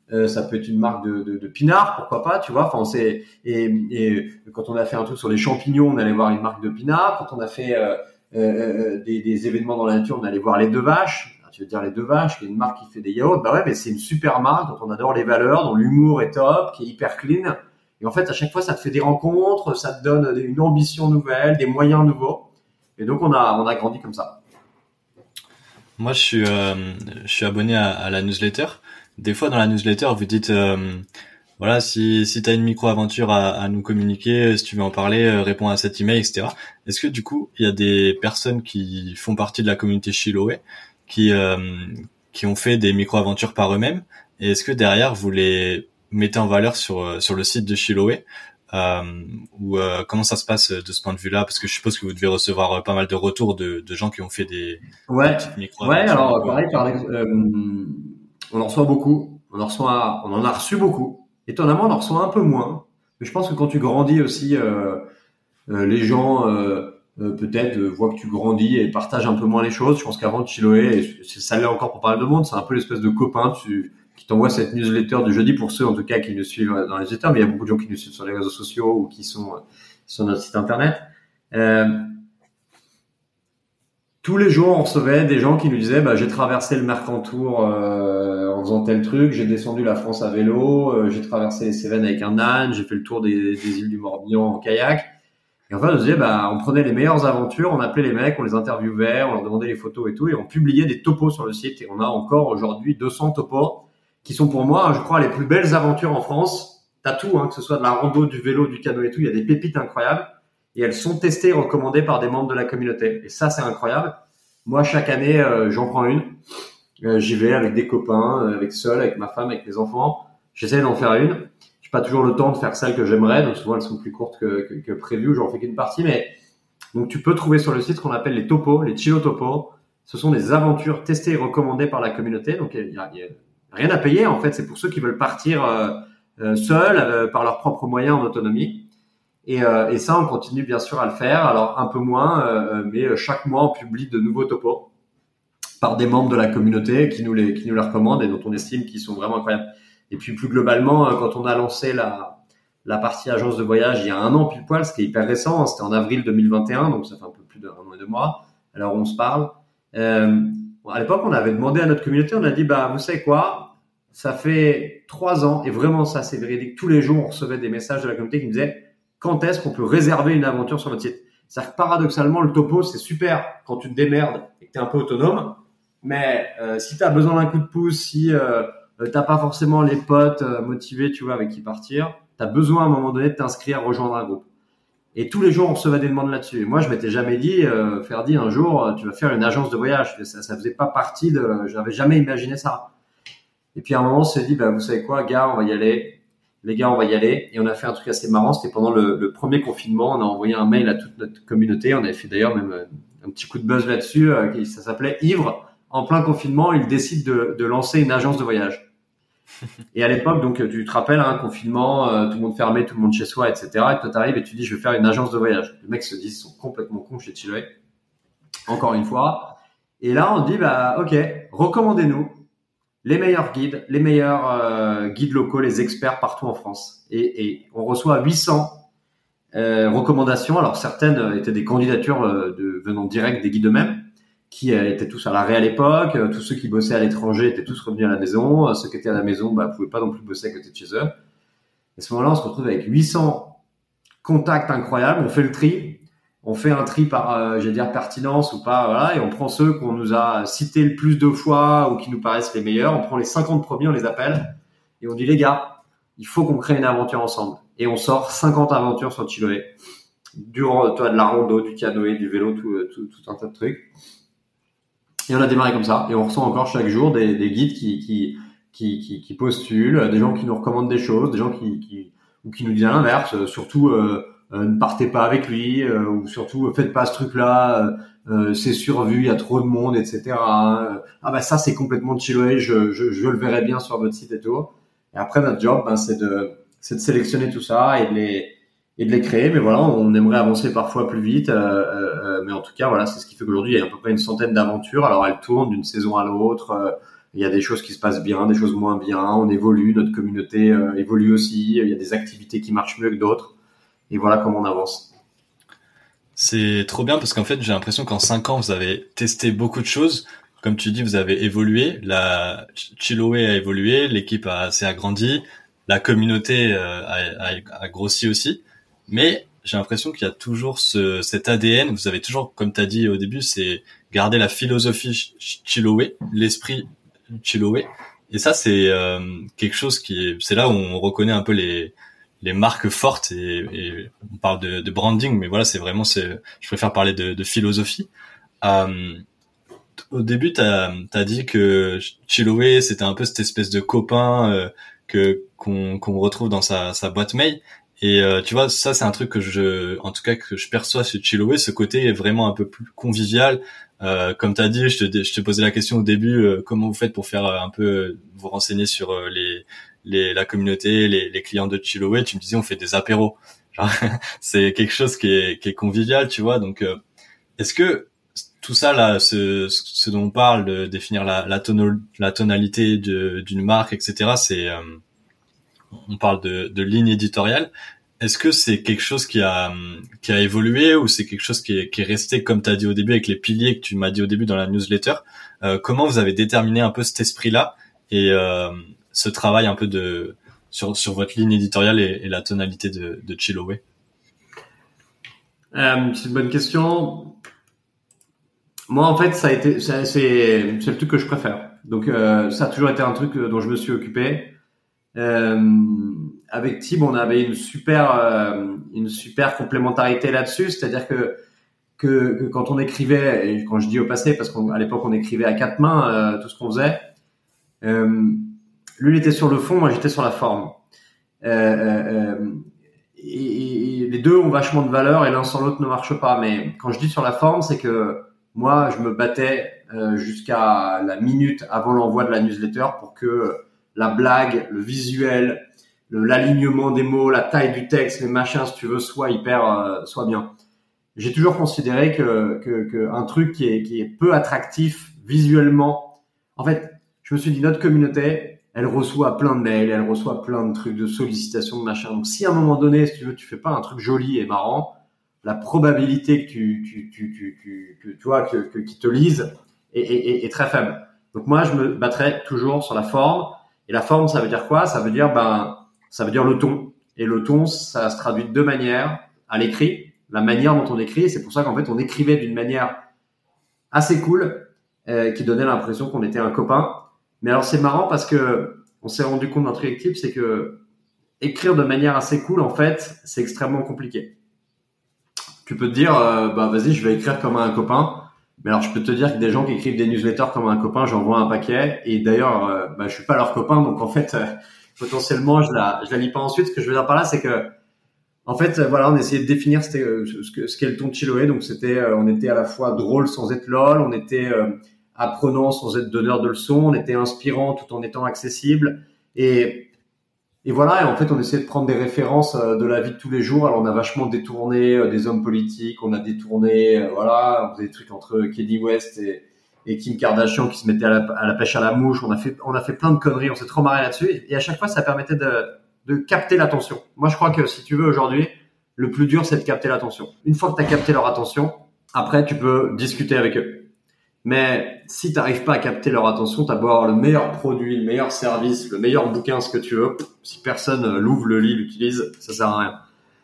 Speaker 2: Euh, ça peut être une marque de, de, de pinard, pourquoi pas, tu vois. Enfin, c'est et, et quand on a fait un truc sur les champignons, on allait voir une marque de pinard. Quand on a fait euh, euh, des, des événements dans la nature, on allait voir les deux vaches. Tu veux dire les deux vaches, qui est une marque qui fait des yaourts. Bah ouais, mais c'est une super marque dont on adore les valeurs, dont l'humour est top, qui est hyper clean. Et en fait, à chaque fois, ça te fait des rencontres, ça te donne une ambition nouvelle, des moyens nouveaux. Et donc, on a on a grandi comme ça.
Speaker 1: Moi, je suis, euh, je suis abonné à, à la newsletter. Des fois, dans la newsletter, vous dites, euh, voilà, si, si t'as une micro-aventure à, à nous communiquer, si tu veux en parler, euh, réponds à cet email, et cetera. Est-ce que, du coup, il y a des personnes qui font partie de la communauté Chiloé, qui, euh, qui ont fait des micro-aventures par eux-mêmes? Et est-ce que derrière, vous les mettez en valeur sur, sur le site de Chiloé? Euh, ou euh, comment ça se passe de ce point de vue-là? Parce que je suppose que vous devez recevoir pas mal de retours de, de gens qui ont fait des, des
Speaker 2: Ouais,
Speaker 1: petites
Speaker 2: ouais.
Speaker 1: micro-aventures un
Speaker 2: Alors,
Speaker 1: peu,
Speaker 2: pareil,
Speaker 1: un
Speaker 2: par,
Speaker 1: peu.
Speaker 2: ex- euh, on en reçoit beaucoup. On en reçoit, on en a reçu beaucoup. Étonnamment, on en reçoit un peu moins. Mais je pense que quand tu grandis aussi, euh, euh, les gens euh, euh, peut-être euh, voient que tu grandis et partagent un peu moins les choses. Je pense qu'avant Chiloé, et c'est- ça l'est encore pour pas mal de monde, c'est un peu l'espèce de copain tu, qui t'envoie cette newsletter du jeudi pour ceux en tout cas qui nous suivent dans les newsletters. Mais il y a beaucoup de gens qui nous suivent sur les réseaux sociaux ou qui sont euh, sur notre site internet. Euh, Tous les jours, on recevait des gens qui nous disaient bah, j'ai traversé le Mercantour euh, en faisant tel truc, j'ai descendu la France à vélo, euh, j'ai traversé les Cévennes avec un âne, j'ai fait le tour des, des îles du Morbihan en kayak. Et en fait, on se disait bah, on prenait les meilleures aventures, on appelait les mecs, on les interviewait, on leur demandait les photos et tout, et on publiait des topos sur le site. Et on a encore aujourd'hui deux cents topos qui sont pour moi, je crois, les plus belles aventures en France. T'as tout, hein, que ce soit de la rando, du vélo, du canoë et tout, il y a des pépites incroyables. Et elles sont testées et recommandées par des membres de la communauté. Et ça, c'est incroyable. Moi, chaque année, euh, j'en prends une. Euh, j'y vais avec des copains, euh, avec seul, avec ma femme, avec mes enfants. J'essaie d'en faire une. J'ai pas toujours le temps de faire celles que j'aimerais, donc souvent elles sont plus courtes que, que, que prévu. J'en fais qu'une partie, mais donc tu peux trouver sur le site ce qu'on appelle les topos, les Chilo topos. Ce sont des aventures testées et recommandées par la communauté. Donc il y a, y a rien à payer en fait. C'est pour ceux qui veulent partir euh, euh, seuls, euh, par leurs propres moyens en autonomie. Et, euh, et ça, on continue bien sûr à le faire. Alors un peu moins, euh, mais chaque mois, on publie de nouveaux topos par des membres de la communauté qui nous les qui nous les recommandent et dont on estime qu'ils sont vraiment incroyables. Et puis plus globalement, quand on a lancé la la partie agence de voyage il y a un an pile poil, ce qui est hyper récent, c'était en avril deux mille vingt et un, donc ça fait un peu plus d'un an et deux mois. Alors on se parle. Euh, bon, à l'époque, on avait demandé à notre communauté, on a dit bah vous savez quoi, ça fait trois ans et vraiment ça c'est véridique. Tous les jours, on recevait des messages de la communauté qui nous disaient quand est-ce qu'on peut réserver une aventure sur votre site. C'est-à-dire que paradoxalement, le topo, c'est super quand tu te démerdes et que tu es un peu autonome. Mais euh, si tu as besoin d'un coup de pouce, si euh, tu n'as pas forcément les potes euh, motivés, tu vois, avec qui partir, tu as besoin à un moment donné de t'inscrire, rejoindre un groupe. Et tous les jours, on recevait des demandes là-dessus. Et moi, je m'étais jamais dit, euh, Ferdi, un jour, tu vas faire une agence de voyage. Ça, ça faisait pas partie de... J'avais jamais imaginé ça. Et puis à un moment, on s'est dit, bah, vous savez quoi, gars, on va y aller. Les gars, on va y aller. Et on a fait un truc assez marrant. C'était pendant le, le premier confinement. On a envoyé un mail à toute notre communauté. On avait fait d'ailleurs même un petit coup de buzz là-dessus. Euh, ça s'appelait Ivre. En plein confinement, il décide de, de lancer une agence de voyage. Et à l'époque, donc, tu te rappelles, un hein, confinement, euh, tout le monde fermé, tout le monde chez soi, et cetera. Et toi, t'arrives et tu dis, je vais faire une agence de voyage. Les mecs se disent, ils sont complètement cons chez Chiloé. Encore une fois. Et là, on dit, bah, ok, recommandez-nous les meilleurs guides, les meilleurs euh, guides locaux, les experts partout en France. Et, et on reçoit huit cents euh, recommandations. Alors certaines étaient des candidatures euh, de, venant direct des guides eux-mêmes, qui euh, étaient tous salariés à l'époque. Euh, tous ceux qui bossaient à l'étranger étaient tous revenus à la maison. Euh, ceux qui étaient à la maison, bah, pouvaient pas non plus bosser à côté de chez eux. À ce moment-là, on se retrouve avec huit cents contacts incroyables. On fait le tri. On fait un tri par, euh, j'allais dire, pertinence ou pas, voilà, et on prend ceux qu'on nous a cités le plus de fois ou qui nous paraissent les meilleurs. On prend les cinquante premiers, on les appelle, et on dit, les gars, il faut qu'on crée une aventure ensemble. Et on sort cinquante aventures sur Chiloé. Durant, toi, de la rando, du canoë, du vélo, tout, tout, tout un tas de trucs. Et on a démarré comme ça. Et on reçoit encore chaque jour des, des guides qui, qui, qui, qui, qui postulent, des gens qui nous recommandent des choses, des gens qui, qui, ou qui nous disent l'inverse, surtout, euh, Euh, ne partez pas avec lui, euh, ou surtout euh, faites pas ce truc-là, euh, c'est survu, il y a trop de monde, et cetera. Euh, ah bah ça c'est complètement de Chiloé, je, je, je le verrai bien sur votre site et tout. Et après notre job, ben, c'est de c'est de sélectionner tout ça et de les et de les créer. Mais voilà, on aimerait avancer parfois plus vite, euh, euh, mais en tout cas voilà, c'est ce qui fait qu'aujourd'hui il y a à peu près une centaine d'aventures. Alors elles tournent d'une saison à l'autre. Euh, il y a des choses qui se passent bien, des choses moins bien, on évolue, notre communauté euh, évolue aussi, il y a des activités qui marchent mieux que d'autres, et voilà comment on avance.
Speaker 1: C'est trop bien parce qu'en fait, j'ai l'impression qu'en cinq ans, vous avez testé beaucoup de choses. Comme tu dis, vous avez évolué, la Chiloé a évolué, l'équipe a assez agrandi, la communauté euh, a, a, a grossi aussi, mais j'ai l'impression qu'il y a toujours ce, cet A D N, vous avez toujours, comme tu as dit au début, c'est garder la philosophie Chiloé, l'esprit Chiloé, et ça c'est euh, quelque chose qui est, c'est là où on reconnaît un peu les les marques fortes et, et on parle de, de branding, mais voilà, c'est vraiment, c'est, je préfère parler de, de philosophie. Euh, au début, t'as as dit que Chiloé, c'était un peu cette espèce de copain euh, que qu'on qu'on retrouve dans sa sa boîte mail. Et euh, tu vois, ça c'est un truc que je, en tout cas que je perçois chez Chiloé, ce côté est vraiment un peu plus convivial. Euh, comme t'as dit, je te je te posais la question au début, euh, comment vous faites pour faire euh, un peu euh, vous renseigner sur euh, les les la communauté, les les clients de Chiloé. Tu me disais on fait des apéros. Genre, c'est quelque chose qui est qui est convivial, tu vois. Donc euh, est-ce que tout ça là, ce, ce dont on parle, de définir la, la, tono, la tonalité de, d'une marque, et cetera. C'est, euh, on parle de, de ligne éditoriale. Est-ce que c'est quelque chose qui a qui a évolué ou c'est quelque chose qui est, qui est resté comme tu as dit au début avec les piliers que tu m'as dit au début dans la newsletter? Euh, comment vous avez déterminé un peu cet esprit-là et euh, ce travail un peu de sur sur votre ligne éditoriale et, et la tonalité de, de Chiloé?
Speaker 2: Euh, c'est une bonne question. Moi, en fait, ça a été, c'est, c'est, c'est le truc que je préfère. Donc, euh, ça a toujours été un truc dont je me suis occupé. Euh, avec Tib, on avait une super, euh, une super complémentarité là-dessus. C'est-à-dire que, que, que quand on écrivait, et quand je dis au passé, parce qu'à l'époque on écrivait à quatre mains euh, tout ce qu'on faisait. Euh, lui, il était sur le fond, moi j'étais sur la forme. Euh, euh, et, et les deux ont vachement de valeur et l'un sans l'autre ne marche pas. Mais quand je dis sur la forme, c'est que moi, je me battais euh, jusqu'à la minute avant l'envoi de la newsletter pour que la blague, le visuel, le, l'alignement des mots, la taille du texte, les machins, si tu veux, soit hyper, euh, soit bien. J'ai toujours considéré que, que, que un truc qui est, qui est peu attractif visuellement. En fait, je me suis dit, notre communauté, elle reçoit plein de mails, elle reçoit plein de trucs, de sollicitations, de machin. Donc, si à un moment donné, si tu veux, tu fais pas un truc joli et marrant, la probabilité que tu, tu, tu, tu, tu, que, tu vois, que, que, qu'ils te lisent est, est, est très faible. Donc, moi, je me battrais toujours sur la forme. Et la forme, ça veut dire quoi? Ça veut dire, ben, ça veut dire le ton. Et le ton, ça se traduit de deux manières. À l'écrit, la manière dont on écrit. Et c'est pour ça qu'en fait, on écrivait d'une manière assez cool, euh, qui donnait l'impression qu'on était un copain. Mais alors, c'est marrant parce que on s'est rendu compte d'un truc type, c'est que écrire de manière assez cool, en fait, c'est extrêmement compliqué. Tu peux te dire, euh, bah vas-y, je vais écrire comme un copain. Mais alors, je peux te dire que des gens qui écrivent des newsletters comme un copain, j'en vois un paquet. Et d'ailleurs, euh, bah, je suis pas leur copain, donc en fait, euh, potentiellement, je la, je la lis pas ensuite. Ce que je veux dire par là, c'est que, en fait, euh, voilà, on essayait de définir c'était, euh, ce que, ce qu'est le ton de Chiloé. Donc, c'était, euh, on était à la fois drôle sans être lol, on était euh, apprenant sans être donneur de leçons, on était inspirant tout en étant accessible. Et Et voilà, et en fait, on essaie de prendre des références euh, de la vie de tous les jours. Alors, on a vachement détourné euh, des hommes politiques, on a détourné, euh, voilà, on faisait des trucs entre Kanye West et, et Kim Kardashian qui se mettaient à la, à la pêche à la mouche. On a fait, on a fait plein de conneries, on s'est trop marré là-dessus. Et à chaque fois, ça permettait de, de capter l'attention. Moi, je crois que si tu veux aujourd'hui, le plus dur, c'est de capter l'attention. Une fois que tu as capté leur attention, après, tu peux discuter avec eux. Mais si t'arrives pas à capter leur attention, t'as beau avoir le meilleur produit, le meilleur service, le meilleur bouquin, ce que tu veux, si personne l'ouvre, le lit, l'utilise, ça sert à rien.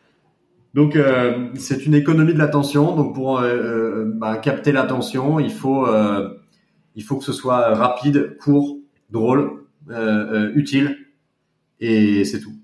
Speaker 2: Donc euh, c'est une économie de l'attention. Donc pour euh, bah, capter l'attention, il faut euh, il faut que ce soit rapide, court, drôle, euh, euh, utile, et c'est tout.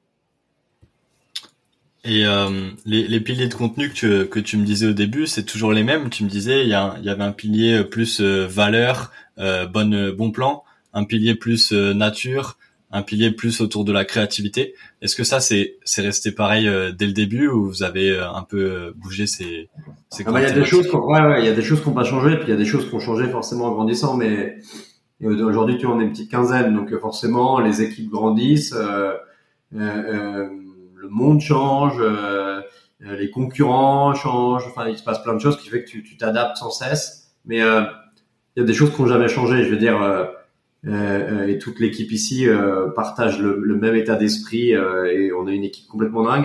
Speaker 1: Et euh, les, les piliers de contenu que tu, que tu me disais au début, c'est toujours les mêmes. Tu me disais il y, a, il y avait un pilier plus euh, valeur, euh, bonne, bon plan, un pilier plus euh, nature, un pilier plus autour de la créativité. Est-ce que ça c'est c'est resté pareil euh, dès le début ou vous avez euh, un peu euh, bougé ces ces
Speaker 2: ah bah, il y a des choses qu'on, ouais ouais, il y a des choses qui n'ont pas changé, puis il y a des choses qui ont changé forcément en grandissant. Mais aujourd'hui, tu vois, on est une petite quinzaine, donc forcément les équipes grandissent. Euh, euh, euh, le monde change, euh, les concurrents changent, enfin il se passe plein de choses qui fait que tu, tu t'adaptes sans cesse. Mais euh, il y a des choses qui n'ont jamais changé. Je veux dire, euh, euh, et toute l'équipe ici euh, partage le, le même état d'esprit euh, et on a une équipe complètement dingue.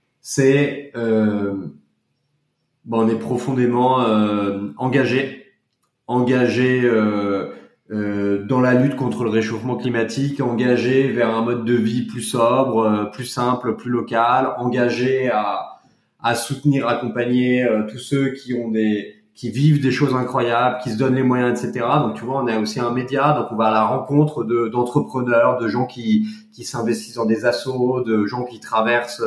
Speaker 2: C'est euh, bon, on est profondément euh, engagé, engagé euh, euh, dans la lutte contre le réchauffement climatique, engagé vers un mode de vie plus sobre, euh, plus simple, plus local, engagé à à soutenir, accompagner euh, tous ceux qui ont des qui vivent des choses incroyables, qui se donnent les moyens, et cetera. Donc tu vois, on a aussi un média, donc on va à la rencontre de d'entrepreneurs, de gens qui qui s'investissent dans des assos, de gens qui traversent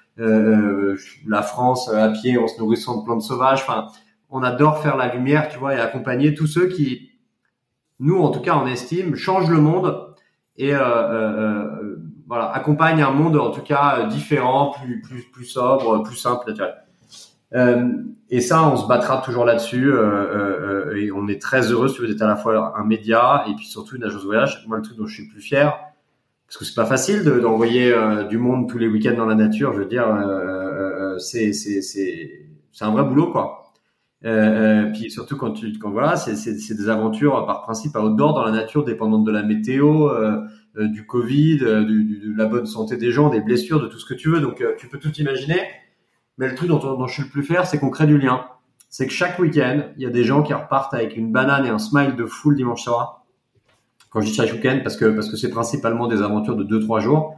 Speaker 2: euh, la France à pied en se nourrissant de plantes sauvages. Enfin, on adore faire la lumière, tu vois, et accompagner tous ceux qui, nous en tout cas, on estime, changent le monde et euh, euh, voilà, accompagnent un monde en tout cas différent, plus plus plus sobre, plus simple, naturel. Euh, et ça, on se battra toujours là-dessus euh, euh, et on est très heureux si vous êtes à la fois un média et puis surtout une agence de voyage. Moi, le truc dont je suis le plus fier, parce que c'est pas facile de, d'envoyer euh, du monde tous les week-ends dans la nature. Je veux dire, euh, euh, c'est c'est c'est c'est un vrai boulot, quoi. Euh, euh, puis surtout quand tu quand voilà, c'est c'est c'est des aventures par principe à outdoor dans la nature, dépendantes de la météo, euh, euh, du Covid, euh, du, du, de la bonne santé des gens, des blessures, de tout ce que tu veux. Donc euh, tu peux tout imaginer. Mais le truc dont, dont je suis le plus fier, c'est qu'on crée du lien. C'est que chaque week-end, il y a des gens qui repartent avec une banane et un smile de fou le dimanche soir. Quand je dis chaque week-end, parce que parce que c'est principalement des aventures de deux trois jours,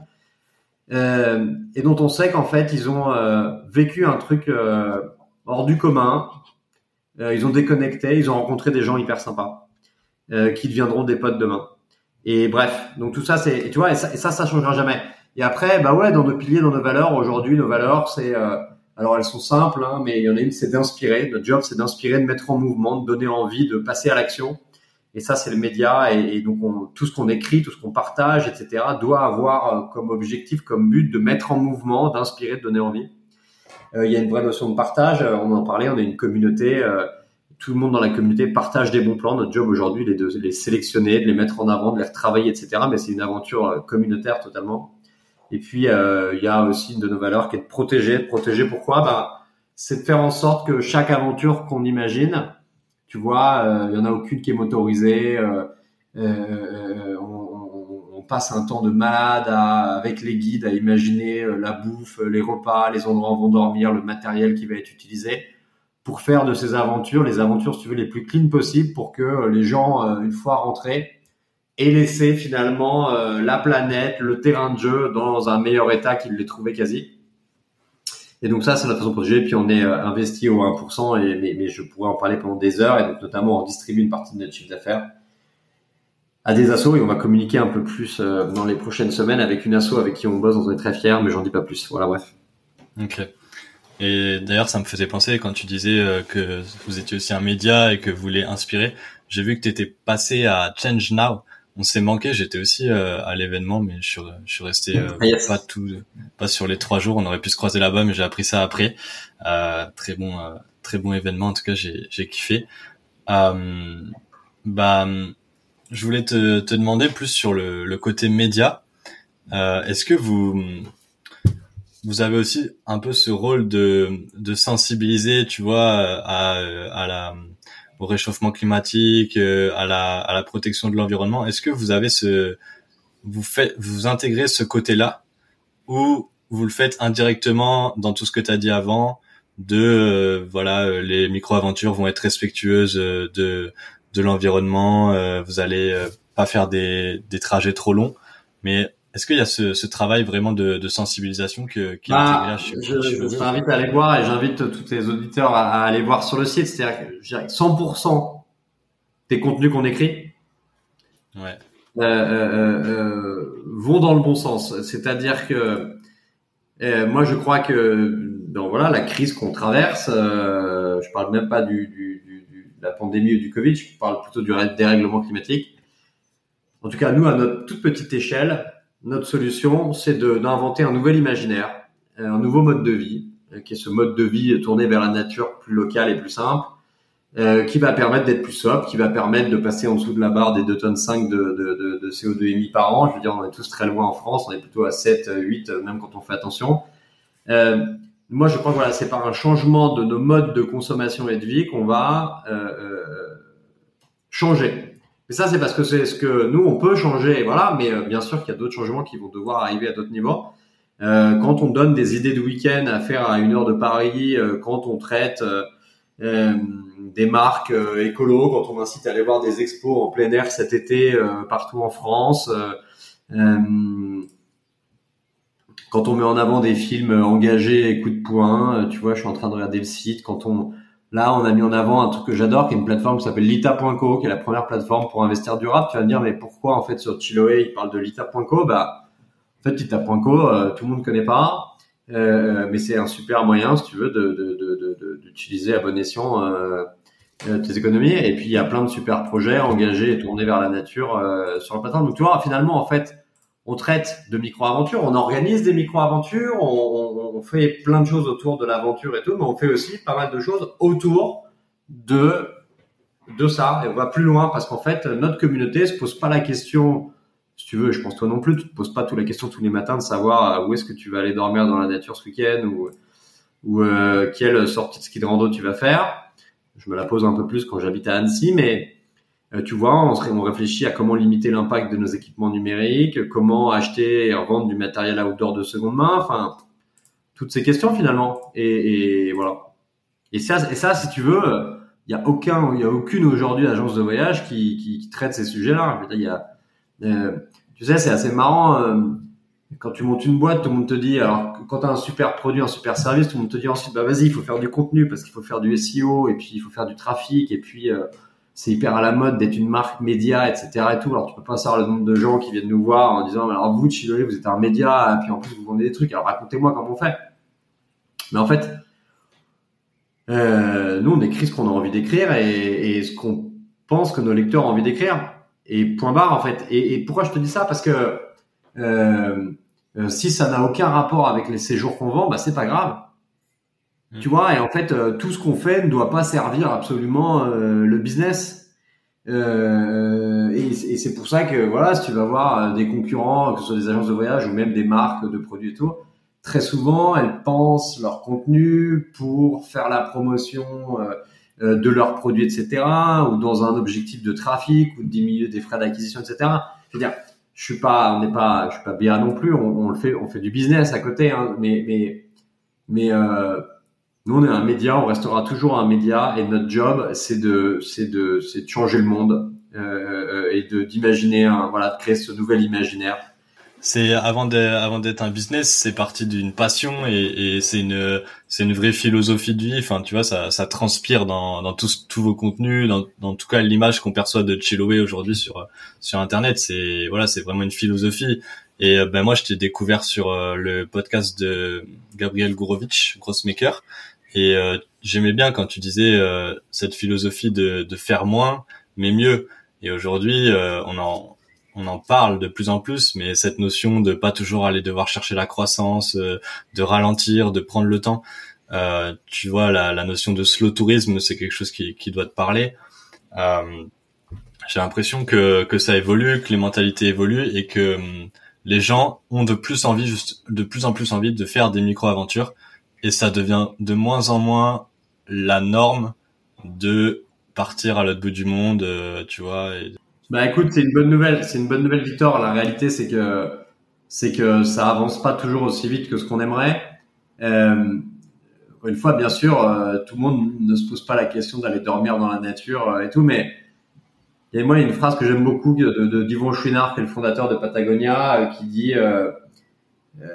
Speaker 2: euh, et dont on sait qu'en fait ils ont euh, vécu un truc euh, hors du commun. Euh, ils ont déconnecté, ils ont rencontré des gens hyper sympas euh, qui deviendront des potes demain. Et bref, donc tout ça, c'est, tu vois, et ça, et ça, ça changera jamais. Et après, bah ouais, dans nos piliers, dans nos valeurs, aujourd'hui, nos valeurs, c'est euh, alors elles sont simples, hein, mais il y en a une, c'est d'inspirer. Notre job, c'est d'inspirer, de mettre en mouvement, de donner envie, de passer à l'action. Et ça, c'est le média. Et, et donc, on, tout ce qu'on écrit, tout ce qu'on partage, et cetera, doit avoir euh, comme objectif, comme but, de mettre en mouvement, d'inspirer, de donner envie. Euh, il y a une vraie notion de partage. On en parlait. On est une communauté. Euh, tout le monde dans la communauté partage des bons plans. Notre job aujourd'hui, est de les sélectionner, de les mettre en avant, de les retravailler, et cetera. Mais c'est une aventure communautaire totalement. Et puis, euh, il y a aussi une de nos valeurs qui est de protéger. De protéger, pourquoi ? Bah, c'est de faire en sorte que chaque aventure qu'on imagine, tu vois, il euh, y en a aucune qui est motorisée. Euh, euh, on, on, on passe un temps de malade à, avec les guides à imaginer euh, la bouffe, les repas, les endroits où on va dormir, le matériel qui va être utilisé pour faire de ces aventures, les aventures, si tu veux, les plus clean possibles pour que les gens, euh, une fois rentrés, et laisser finalement euh, la planète, le terrain de jeu dans un meilleur état qu'ils l'aient trouvé quasi. Et donc ça, c'est notre façon de protéger. Puis on est euh, investi au un pour cent, et, mais, mais je pourrais en parler pendant des heures. Et donc notamment, on distribue une partie de notre chiffre d'affaires à des assos et on va communiquer un peu plus euh, dans les prochaines semaines avec une asso avec qui on bosse, dont on est très fiers, mais j'en dis pas plus. Voilà, bref.
Speaker 1: Ok. Et d'ailleurs, ça me faisait penser quand tu disais euh, que vous étiez aussi un média et que vous voulez inspirer. J'ai vu que tu étais passé à Change Now. On s'est manqué, j'étais aussi euh, à l'événement, mais je suis, je suis resté euh, yes. pas tout, pas sur les trois jours. On aurait pu se croiser là-bas, mais j'ai appris ça après. Euh, très bon, euh, très bon événement. En tout cas, j'ai, j'ai kiffé. Euh, bah, je voulais te, te demander plus sur le, le côté média. Euh, est-ce que vous, vous avez aussi un peu ce rôle de, de sensibiliser, tu vois, à, à la au réchauffement climatique, euh, à la à la protection de l'environnement. Est-ce que vous avez ce vous faites vous intégrez ce côté-là ou vous le faites indirectement dans tout ce que tu as dit avant de euh, voilà euh, les micro-aventures vont être respectueuses euh, de de l'environnement, euh, vous allez euh, pas faire des des trajets trop longs, mais est-ce qu'il y a ce, ce travail vraiment de, de sensibilisation que, qui est
Speaker 2: bah,
Speaker 1: intégré chez,
Speaker 2: je,
Speaker 1: chez
Speaker 2: je t'invite à aller voir et j'invite tous tes auditeurs à, à aller voir sur le site. C'est-à-dire que je dirais cent pour cent des contenus qu'on écrit
Speaker 1: ouais.
Speaker 2: euh, euh, euh, vont dans le bon sens. C'est-à-dire que euh, moi, je crois que dans voilà la crise qu'on traverse, euh, je parle même pas du, du, du, du, de la pandémie ou du Covid, je parle plutôt du dérèglement climatique. En tout cas, nous, à notre toute petite échelle, notre solution, c'est de, d'inventer un nouvel imaginaire, un nouveau mode de vie, qui est ce mode de vie tourné vers la nature plus locale et plus simple, euh, qui va permettre d'être plus sobre, qui va permettre de passer en dessous de la barre des deux tonnes cinq de, de, de, de C O deux émis par an. Je veux dire, on est tous très loin en France, on est plutôt à sept, huit, même quand on fait attention. Euh, moi, je crois que voilà, c'est par un changement de nos modes de consommation et de vie qu'on va euh, euh, changer. Et ça, c'est parce que c'est ce que nous, on peut changer, voilà. Mais euh, bien sûr qu'il y a d'autres changements qui vont devoir arriver à d'autres niveaux. Euh, quand on donne des idées de week-end à faire à une heure de Paris, euh, quand on traite euh, euh, des marques euh, écolo, quand on incite à aller voir des expos en plein air cet été euh, partout en France, euh, euh, quand on met en avant des films engagés et coup de poing, euh, tu vois, je suis en train de regarder le site. Quand on, là, on a mis en avant un truc que j'adore, qui est une plateforme qui s'appelle Lita point co, qui est la première plateforme pour investir durable. Tu vas me dire, mais pourquoi en fait sur Chiloé ils parlent de Lita point co? Bah, en fait, Lita point co, euh, tout le monde connaît pas, euh, mais c'est un super moyen, si tu veux, de, de, de, de, d'utiliser à bon escient euh, euh, tes économies. Et puis il y a plein de super projets engagés et tournés vers la nature euh, sur la plateforme. Donc tu vois, finalement, en fait, on traite de micro-aventures, on organise des micro-aventures, on, on, on fait plein de choses autour de l'aventure et tout, mais on fait aussi pas mal de choses autour de de ça. Et on va plus loin parce qu'en fait, notre communauté se pose pas la question, si tu veux, je pense toi non plus, tu te poses pas toute la question tous les matins de savoir où est-ce que tu vas aller dormir dans la nature ce week-end ou, ou euh, quelle sortie de ski de rando tu vas faire. Je me la pose un peu plus quand j'habite à Annecy, mais Euh, tu vois, on, serait, on réfléchit à comment limiter l'impact de nos équipements numériques, comment acheter et revendre du matériel outdoor de seconde main, enfin, toutes ces questions finalement. Et, et voilà. Et ça, et ça, si tu veux, il y a aucun, il y a aucune aujourd'hui agence de voyage qui, qui, qui traite ces sujets-là. Il y a, euh, tu sais, c'est assez marrant. Euh, quand tu montes une boîte, tout le monde te dit, alors quand tu as un super produit, un super service, tout le monde te dit ensuite, bah vas-y, il faut faire du contenu parce qu'il faut faire du S E O et puis il faut faire du trafic et puis euh, c'est hyper à la mode d'être une marque média, et cetera et tout. Alors tu peux pas savoir le nombre de gens qui viennent nous voir en disant, alors vous, Chiloé, vous êtes un média et puis en plus vous vendez des trucs. Alors racontez-moi comment on fait. Mais en fait, euh, nous on écrit ce qu'on a envie d'écrire et, et ce qu'on pense que nos lecteurs ont envie d'écrire. Et point barre en fait. Et, et pourquoi je te dis ça? Parce que euh, Euh, si ça n'a aucun rapport avec les séjours qu'on vend, bah c'est pas grave. Mmh. Tu vois, et en fait, euh, tout ce qu'on fait ne doit pas servir absolument euh, le business. Euh, et, et c'est pour ça que voilà, si tu vas voir des concurrents, que ce soit des agences de voyage ou même des marques de produits et tout, très souvent elles pensent leur contenu pour faire la promotion euh, de leurs produits, et cetera, ou dans un objectif de trafic ou de diminuer des frais d'acquisition, et cetera. Je veux dire, je suis pas, on n'est pas, je suis pas B A non plus. On, on le fait, on fait du business à côté, hein, mais mais mais euh, nous on est un média, on restera toujours un média et notre job c'est de c'est de c'est de changer le monde euh, et de d'imaginer un, voilà, de créer ce nouvel imaginaire.
Speaker 1: C'est avant d'être, avant d'être un business, c'est parti d'une passion et, et c'est une c'est une vraie philosophie de vie. Enfin, tu vois, ça ça transpire dans dans tous tous vos contenus, dans dans tout cas l'image qu'on perçoit de Chiloé aujourd'hui sur sur internet. C'est voilà, c'est vraiment une philosophie. Et ben moi, je t'ai découvert sur euh, le podcast de Gabriel Gourovitch, Grossmaker, et euh, j'aimais bien quand tu disais euh, cette philosophie de de faire moins mais mieux. Et aujourd'hui, euh, on en on en parle de plus en plus, mais cette notion de pas toujours aller devoir chercher la croissance, euh, de ralentir, de prendre le temps, euh, tu vois, la, la notion de slow tourisme, c'est quelque chose qui, qui doit te parler. Euh, j'ai l'impression que, que ça évolue, que les mentalités évoluent et que hum, les gens ont de plus envie, juste, de plus en plus envie de faire des micro-aventures et ça devient de moins en moins la norme de partir à l'autre bout du monde, euh, tu vois, et
Speaker 2: Bah écoute, c'est une bonne nouvelle, c'est une bonne nouvelle, Victor. La réalité, c'est que c'est que ça avance pas toujours aussi vite que ce qu'on aimerait. Euh, une fois, bien sûr, euh, tout le monde ne se pose pas la question d'aller dormir dans la nature euh, et tout, mais il y a moi une phrase que j'aime beaucoup de, de d'Yvon Chouinard, qui est le fondateur de Patagonia, euh, qui dit euh, euh,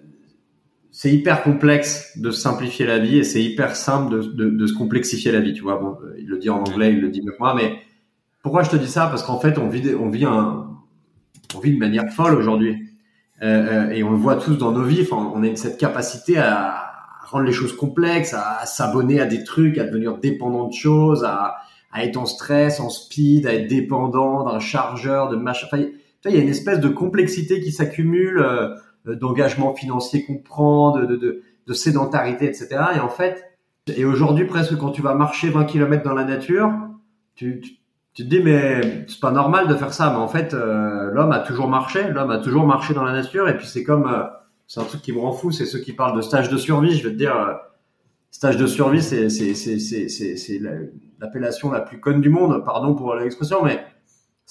Speaker 2: c'est hyper complexe de simplifier la vie et c'est hyper simple de, de, de se complexifier la vie. Tu vois, bon, il le dit en anglais, il le dit mieux que moi, mais pourquoi je te dis ça? Parce qu'en fait, on vit, on vit un, on vit de manière folle aujourd'hui, euh, et on le voit tous dans nos vies. Enfin, on a cette capacité à rendre les choses complexes, à, à s'abonner à des trucs, à devenir dépendant de choses, à, à être en stress, en speed, à être dépendant d'un chargeur, de machin. Enfin, il y a une espèce de complexité qui s'accumule, euh, d'engagement financier qu'on prend, de, de, de, de sédentarité, et cetera. Et en fait, et aujourd'hui, presque quand tu vas marcher vingt kilomètres dans la nature, tu, tu Tu te dis, mais c'est pas normal de faire ça. Mais en fait, euh, l'homme a toujours marché. L'homme a toujours marché dans la nature. Et puis, c'est comme, euh, c'est un truc qui me rend fou. C'est ceux qui parlent de stage de survie. Je vais te dire, euh, stage de survie, c'est, c'est, c'est, c'est, c'est, c'est l'appellation la plus conne du monde. Pardon pour l'expression, mais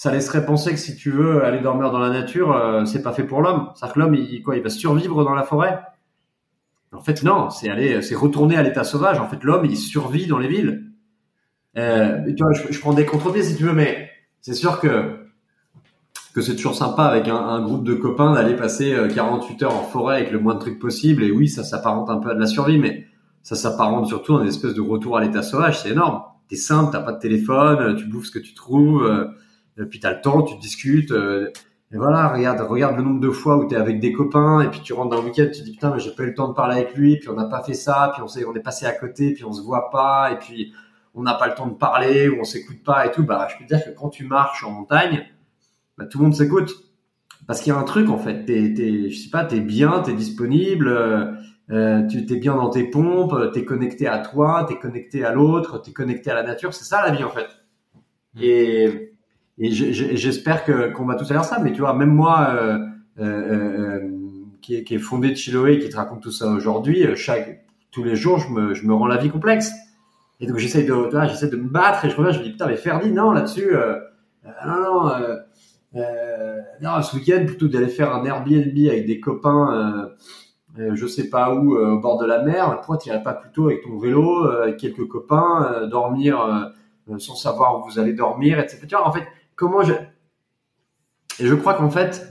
Speaker 2: ça laisserait penser que si tu veux aller dormir dans la nature, euh, c'est pas fait pour l'homme. C'est-à-dire que l'homme, il, quoi, il va survivre dans la forêt. En fait, non, c'est aller, c'est retourner à l'état sauvage. En fait, l'homme, il survit dans les villes. Euh, tu vois, je, je prends des contre-pieds si tu veux, mais c'est sûr que que c'est toujours sympa avec un, un groupe de copains d'aller passer quarante-huit heures en forêt avec le moins de trucs possible. Et oui, ça s'apparente un peu à de la survie, mais ça s'apparente surtout à une espèce de retour à l'état sauvage. C'est énorme. T'es simple, t'as pas de téléphone, tu bouffes ce que tu trouves, euh, puis t'as le temps, tu discutes. Euh, et voilà, regarde, regarde le nombre de fois où t'es avec des copains et puis tu rentres dans le week-end, tu te dis putain, mais j'ai pas eu le temps de parler avec lui, puis on n'a pas fait ça, puis on s'est, on est passé à côté, puis on se voit pas, et puis on n'a pas le temps de parler, ou on s'écoute pas et tout. Bah, je peux te dire que quand tu marches en montagne, bah, tout le monde s'écoute. Parce qu'il y a un truc, en fait. T'es, t'es, je sais pas, t'es bien, t'es disponible, euh, tu t'es bien dans tes pompes, t'es connecté à toi, t'es connecté à l'autre, t'es connecté à la nature. C'est ça, la vie, en fait. Mmh. Et, et j'espère que, qu'on va tous faire ça. Mais tu vois, même moi, euh, euh, euh, qui est, qui est fondé de Chiloé, qui te raconte tout ça aujourd'hui, chaque, tous les jours, je me, je me rends la vie complexe. Et donc, j'essaie de, tu vois, j'essaie de me battre et je reviens, je me dis, putain, mais Ferdi, non, là-dessus, euh, non, non, euh, Euh, non, ce week-end, plutôt d'aller faire un Airbnb avec des copains, euh, euh, je sais pas où, euh, au bord de la mer, pourquoi tu irais pas plutôt avec ton vélo, euh, avec quelques copains, euh, dormir euh, sans savoir où vous allez dormir, et cetera. Tu vois, en fait, comment je... Et je crois qu'en fait,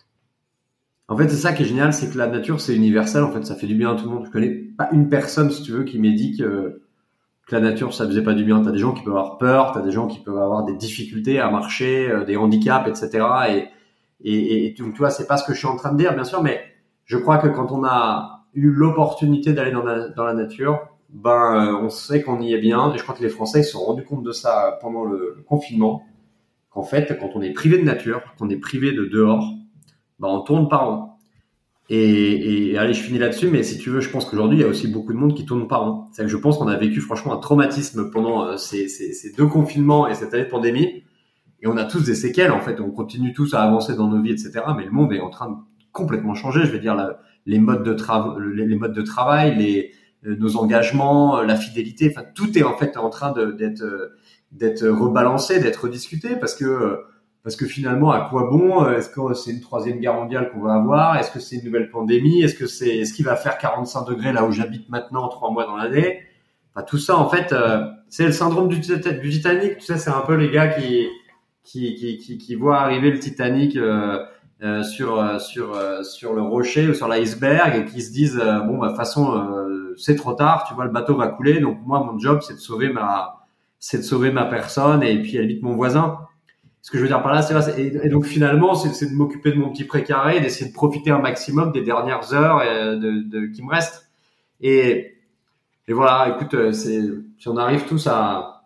Speaker 2: en fait, c'est ça qui est génial, c'est que la nature, c'est universel, en fait, ça fait du bien à tout le monde. Je connais pas une personne, si tu veux, qui m'ait dit que que la nature, ça faisait pas du bien. T'as des gens qui peuvent avoir peur, t'as des gens qui peuvent avoir des difficultés à marcher, euh, des handicaps, et cetera. Et, et, et donc, tu vois, c'est pas ce que je suis en train de dire, bien sûr, mais je crois que quand on a eu l'opportunité d'aller dans la, dans la nature, ben, euh, on sait qu'on y est bien. Et je crois que les Français se sont rendus compte de ça pendant le, le confinement. Qu'en fait, quand on est privé de nature, quand on est privé de dehors, ben, on tourne par rond. Et, et allez, je finis là-dessus, mais si tu veux, je pense qu'aujourd'hui, il y a aussi beaucoup de monde qui tourne par rond. C'est que je pense qu'on a vécu franchement un traumatisme pendant euh, ces, ces, ces deux confinements et cette année de pandémie. Et on a tous des séquelles, en fait. On continue tous à avancer dans nos vies, et cetera. Mais le monde est en train de complètement changer. Je vais dire, la, les modes de travail, les, les modes de travail, les, euh, nos engagements, la fidélité. Enfin, tout est en fait en train de, d'être, d'être rebalancé, d'être rediscuté parce que, Parce que finalement, à quoi bon? Est-ce que c'est une troisième guerre mondiale qu'on va avoir? Est-ce que c'est une nouvelle pandémie? Est-ce que c'est, est-ce qu'il va faire quarante-cinq degrés là où j'habite maintenant, trois mois dans l'année? Enfin, tout ça, en fait, euh, c'est le syndrome du, du Titanic. Tu sais, c'est un peu les gars qui, qui, qui, qui, qui voient arriver le Titanic euh, euh, sur, euh, sur, euh, sur le rocher ou sur l'iceberg et qui se disent, euh, bon, bah, de toute façon, euh, c'est trop tard. Tu vois, le bateau va couler. Donc, moi, mon job, c'est de sauver ma, c'est de sauver ma personne et puis, à la limite, mon voisin. Ce que je veux dire par là, c'est là, et, et donc finalement, c'est, c'est de m'occuper de mon petit précaré, d'essayer de profiter un maximum des dernières heures euh, de, de, qui me restent. Et, et voilà, écoute, c'est, si on arrive tous à,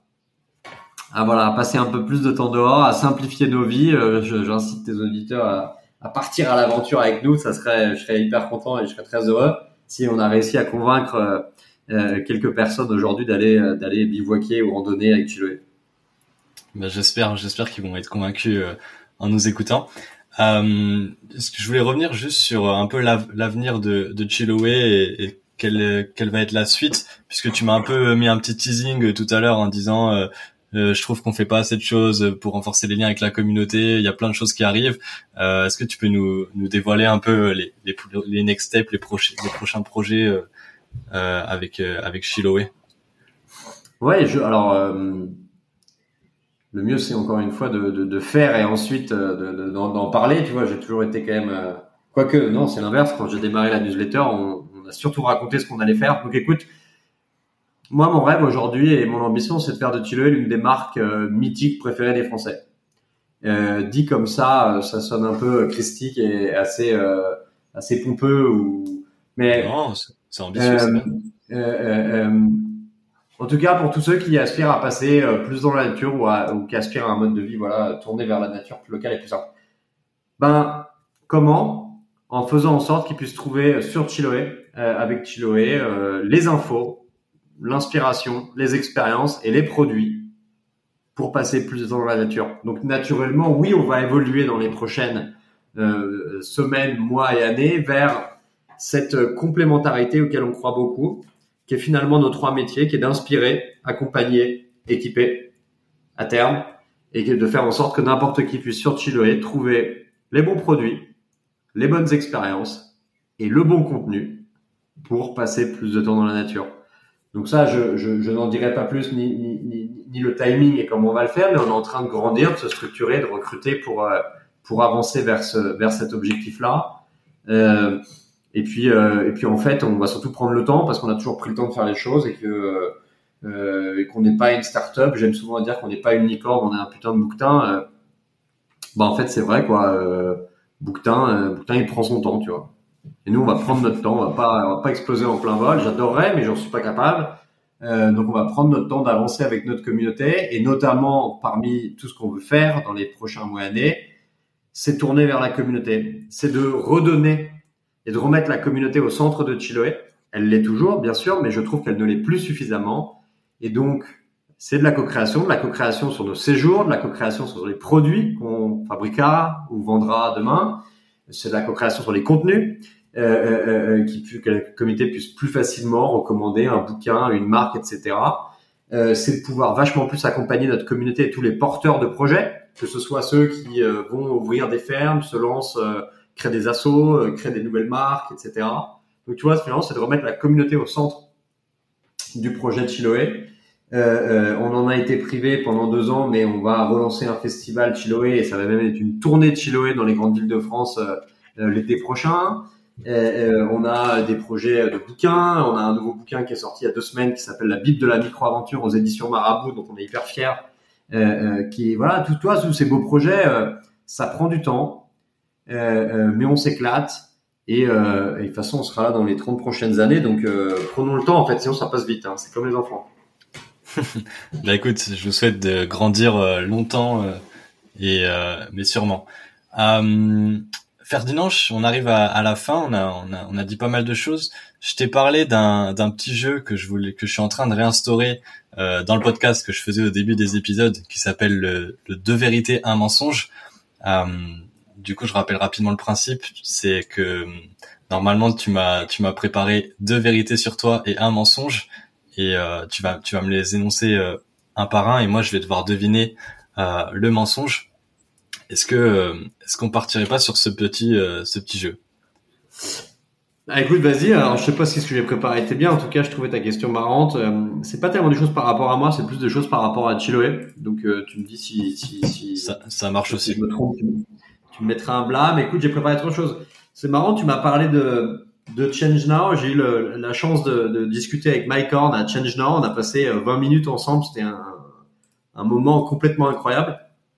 Speaker 2: à voilà, à passer un peu plus de temps dehors, à simplifier nos vies, euh, je, j'incite tes auditeurs à, à partir à l'aventure avec nous. Ça serait, je serais hyper content et je serais très heureux si on a réussi à convaincre euh, euh, quelques personnes aujourd'hui d'aller, euh, d'aller bivouaquer ou randonner avec Chiloé.
Speaker 1: Ben, j'espère, j'espère qu'ils vont être convaincus euh, en nous écoutant. Euh, je voulais revenir juste sur un peu l'avenir de, de Chiloé et, et quelle, quelle va être la suite, puisque tu m'as un peu mis un petit teasing tout à l'heure en disant euh, euh, je trouve qu'on fait pas assez de choses pour renforcer les liens avec la communauté. Il y a plein de choses qui arrivent. Euh, est-ce que tu peux nous, nous dévoiler un peu les, les, les next steps, les, prochains, les prochains projets euh, euh, avec euh, avec Chiloé?
Speaker 2: Ouais, je, alors. Euh... Le mieux, c'est encore une fois de, de, de faire et ensuite de, de, d'en, d'en parler. Tu vois, j'ai toujours été quand même... Euh... Quoique, non, c'est l'inverse. Quand j'ai démarré la newsletter, on, on a surtout raconté ce qu'on allait faire. Donc écoute, moi, mon rêve aujourd'hui et mon ambition, c'est de faire de Chiloé l'une des marques euh, mythiques préférées des Français. Euh, dit comme ça, ça sonne un peu christique et assez, euh, assez pompeux. Ou... Mais,
Speaker 1: non, c'est, c'est ambitieux.
Speaker 2: Euh,
Speaker 1: c'est
Speaker 2: euh, euh, euh, En tout cas, pour tous ceux qui aspirent à passer plus dans la nature ou, à, ou qui aspirent à un mode de vie, voilà, tourné vers la nature plus locale et plus simple. Ben, comment? En faisant en sorte qu'ils puissent trouver sur Chiloé, euh, avec Chiloé, euh, les infos, l'inspiration, les expériences et les produits pour passer plus dans la nature. Donc, naturellement, oui, on va évoluer dans les prochaines euh, semaines, mois et années vers cette complémentarité auquel on croit beaucoup, qui est finalement nos trois métiers, qui est d'inspirer, accompagner, équiper à terme. et de faire en sorte que n'importe qui puisse sur Chiloé trouver les bons produits, les bonnes expériences et le bon contenu pour passer plus de temps dans la nature. Donc ça, je, je, je n'en dirai pas plus, ni, ni, ni, ni le timing et comment on va le faire, mais on est en train de grandir, de se structurer, de recruter pour euh, pour avancer vers ce vers cet objectif-là. Euh, et puis euh, et puis en fait, on va surtout prendre le temps parce qu'on a toujours pris le temps de faire les choses et que euh, et qu'on n'est pas une start-up. J'aime souvent dire qu'on n'est pas une licorne, on est un putain de bouquetin. Euh, bah en fait, c'est vrai quoi. Euh, bouquetin, euh, bouquetin, il prend son temps, tu vois. Et nous, on va prendre notre temps, on va pas, on va pas exploser en plein vol. J'adorerais, mais j'en suis pas capable. Euh, donc, on va prendre notre temps d'avancer avec notre communauté, et notamment parmi tout ce qu'on veut faire dans les prochains mois et années, c'est tourner vers la communauté, c'est de redonner et de remettre la communauté au centre de Chiloé. Elle l'est toujours, bien sûr, mais je trouve qu'elle ne l'est plus suffisamment. Et donc, c'est de la co-création, de la co-création sur nos séjours, de la co-création sur les produits qu'on fabriquera ou vendra demain. C'est de la co-création sur les contenus, euh, euh, qui, que la communauté puisse plus facilement recommander un bouquin, une marque, et cetera. Euh, c'est de pouvoir vachement plus accompagner notre communauté et tous les porteurs de projets, que ce soit ceux qui euh, vont ouvrir des fermes, se lancent, euh, créent des assos, euh, créent des nouvelles marques, et cetera. Donc tu vois, finalement, c'est de remettre la communauté au centre du projet de Chiloé. Euh, euh, on en a été privé pendant deux ans, mais on va relancer un festival Chiloé et ça va même être une tournée de Chiloé dans les grandes villes de France euh, euh, l'été prochain. Euh, euh, on a des projets de bouquins. On a un nouveau bouquin qui est sorti il y a deux semaines qui s'appelle La Bible de la micro-aventure aux éditions Marabout, dont on est hyper fiers. Euh, euh, qui voilà, tout toi, tous ces beaux projets, euh, ça prend du temps, euh, euh, mais on s'éclate. Et, euh, et de toute façon, on sera là dans les trente prochaines années. Donc, euh, prenons le temps, en fait, sinon ça passe vite. Hein. C'est comme les enfants.
Speaker 1: Bah écoute, je vous souhaite de grandir euh, longtemps euh, et euh, mais sûrement. Euh, Ferdinand, on arrive à, à la fin. On a, on a on a dit pas mal de choses. Je t'ai parlé d'un d'un petit jeu que je voulais que je suis en train de réinstaurer euh, dans le podcast que je faisais au début des épisodes, qui s'appelle le, le deux vérités un mensonge. Euh, du coup, je rappelle rapidement le principe. C'est que normalement tu m'as tu m'as préparé deux vérités sur toi et un mensonge. Et euh, tu vas tu vas me les énoncer euh, un par un et moi je vais devoir deviner euh, le mensonge. Est-ce que euh, est-ce qu'on partirait pas sur ce petit euh, ce petit jeu?
Speaker 2: Ah, écoute, vas-y. Alors, je sais pas si ce que j'ai préparé était bien. En tout cas, je trouvais ta question marrante. Euh, c'est pas tellement des choses par rapport à moi, c'est plus des choses par rapport à Chiloé. Donc, euh, tu me dis si si si
Speaker 1: ça ça marche
Speaker 2: si
Speaker 1: aussi.
Speaker 2: je me trompe, tu, tu me mettras un blâme. Écoute, j'ai préparé trois choses. C'est marrant, tu m'as parlé de de Change Now. J'ai eu le, la chance de, de discuter avec Mike Horn à Change Now. On a passé vingt minutes ensemble. C'était un, un moment complètement incroyable.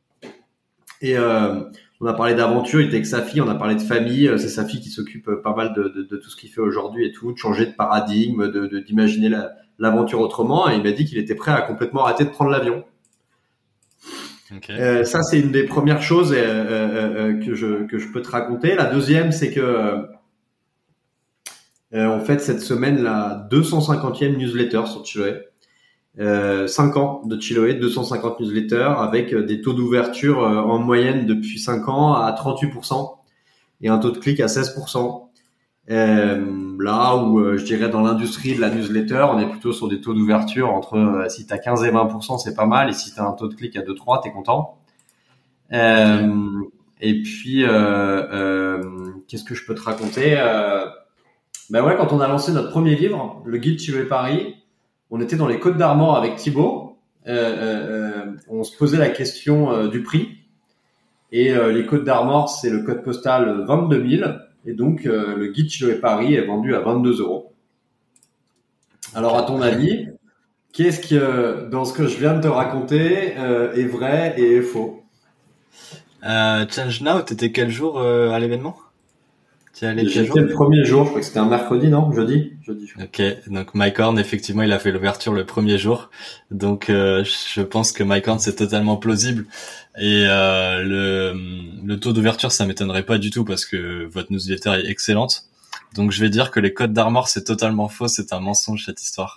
Speaker 2: Et euh, on a parlé d'aventure. Il était avec sa fille. On a parlé de famille. C'est sa fille qui s'occupe pas mal de, de, de tout ce qu'il fait aujourd'hui et tout, de changer de paradigme, de, de d'imaginer la, l'aventure autrement. Et il m'a dit qu'il était prêt à complètement arrêter de prendre l'avion. Okay. Euh, ça, c'est une des premières choses euh, euh, que je que je peux te raconter. La deuxième, c'est que Euh, on fête cette semaine la deux cent cinquantième newsletter sur Chiloé. Euh, cinq ans de Chiloé, deux cent cinquante newsletters avec des taux d'ouverture euh, en moyenne depuis cinq ans à trente-huit pour cent et un taux de clic à seize pour cent. Euh, là où euh, je dirais dans l'industrie de la newsletter, on est plutôt sur des taux d'ouverture entre euh, si tu as quinze et vingt pour cent, c'est pas mal, et si tu as un taux de clic à deux trois, tu es content. Euh, et puis euh, euh, qu'est-ce que je peux te raconter euh, Ben ouais, quand on a lancé notre premier livre, le guide Chiloé Paris, on était dans les Côtes d'Armor avec Thibaut. Euh, euh, on se posait la question euh, du prix. Et euh, les Côtes d'Armor, c'est le code postal vingt-deux mille. Et donc, euh, le guide Chiloé Paris est vendu à vingt-deux euros. Alors, à ton avis, qu'est-ce que, dans ce que je viens de te raconter, euh, est vrai et est faux?
Speaker 1: euh, Change Now, t'étais quel jour euh, à l'événement?
Speaker 2: J'étais le premier jour, je crois que c'était un mercredi, non? Jeudi? Jeudi.
Speaker 1: Ok, donc Mike Horn, effectivement, il a fait l'ouverture le premier jour. Donc, euh, je pense que Mike Horn, c'est totalement plausible. Et euh, le, le taux d'ouverture, ça m'étonnerait pas du tout parce que votre newsletter est excellente. Donc, je vais dire que les Côtes d'Armor, c'est totalement faux, c'est un mensonge, cette histoire.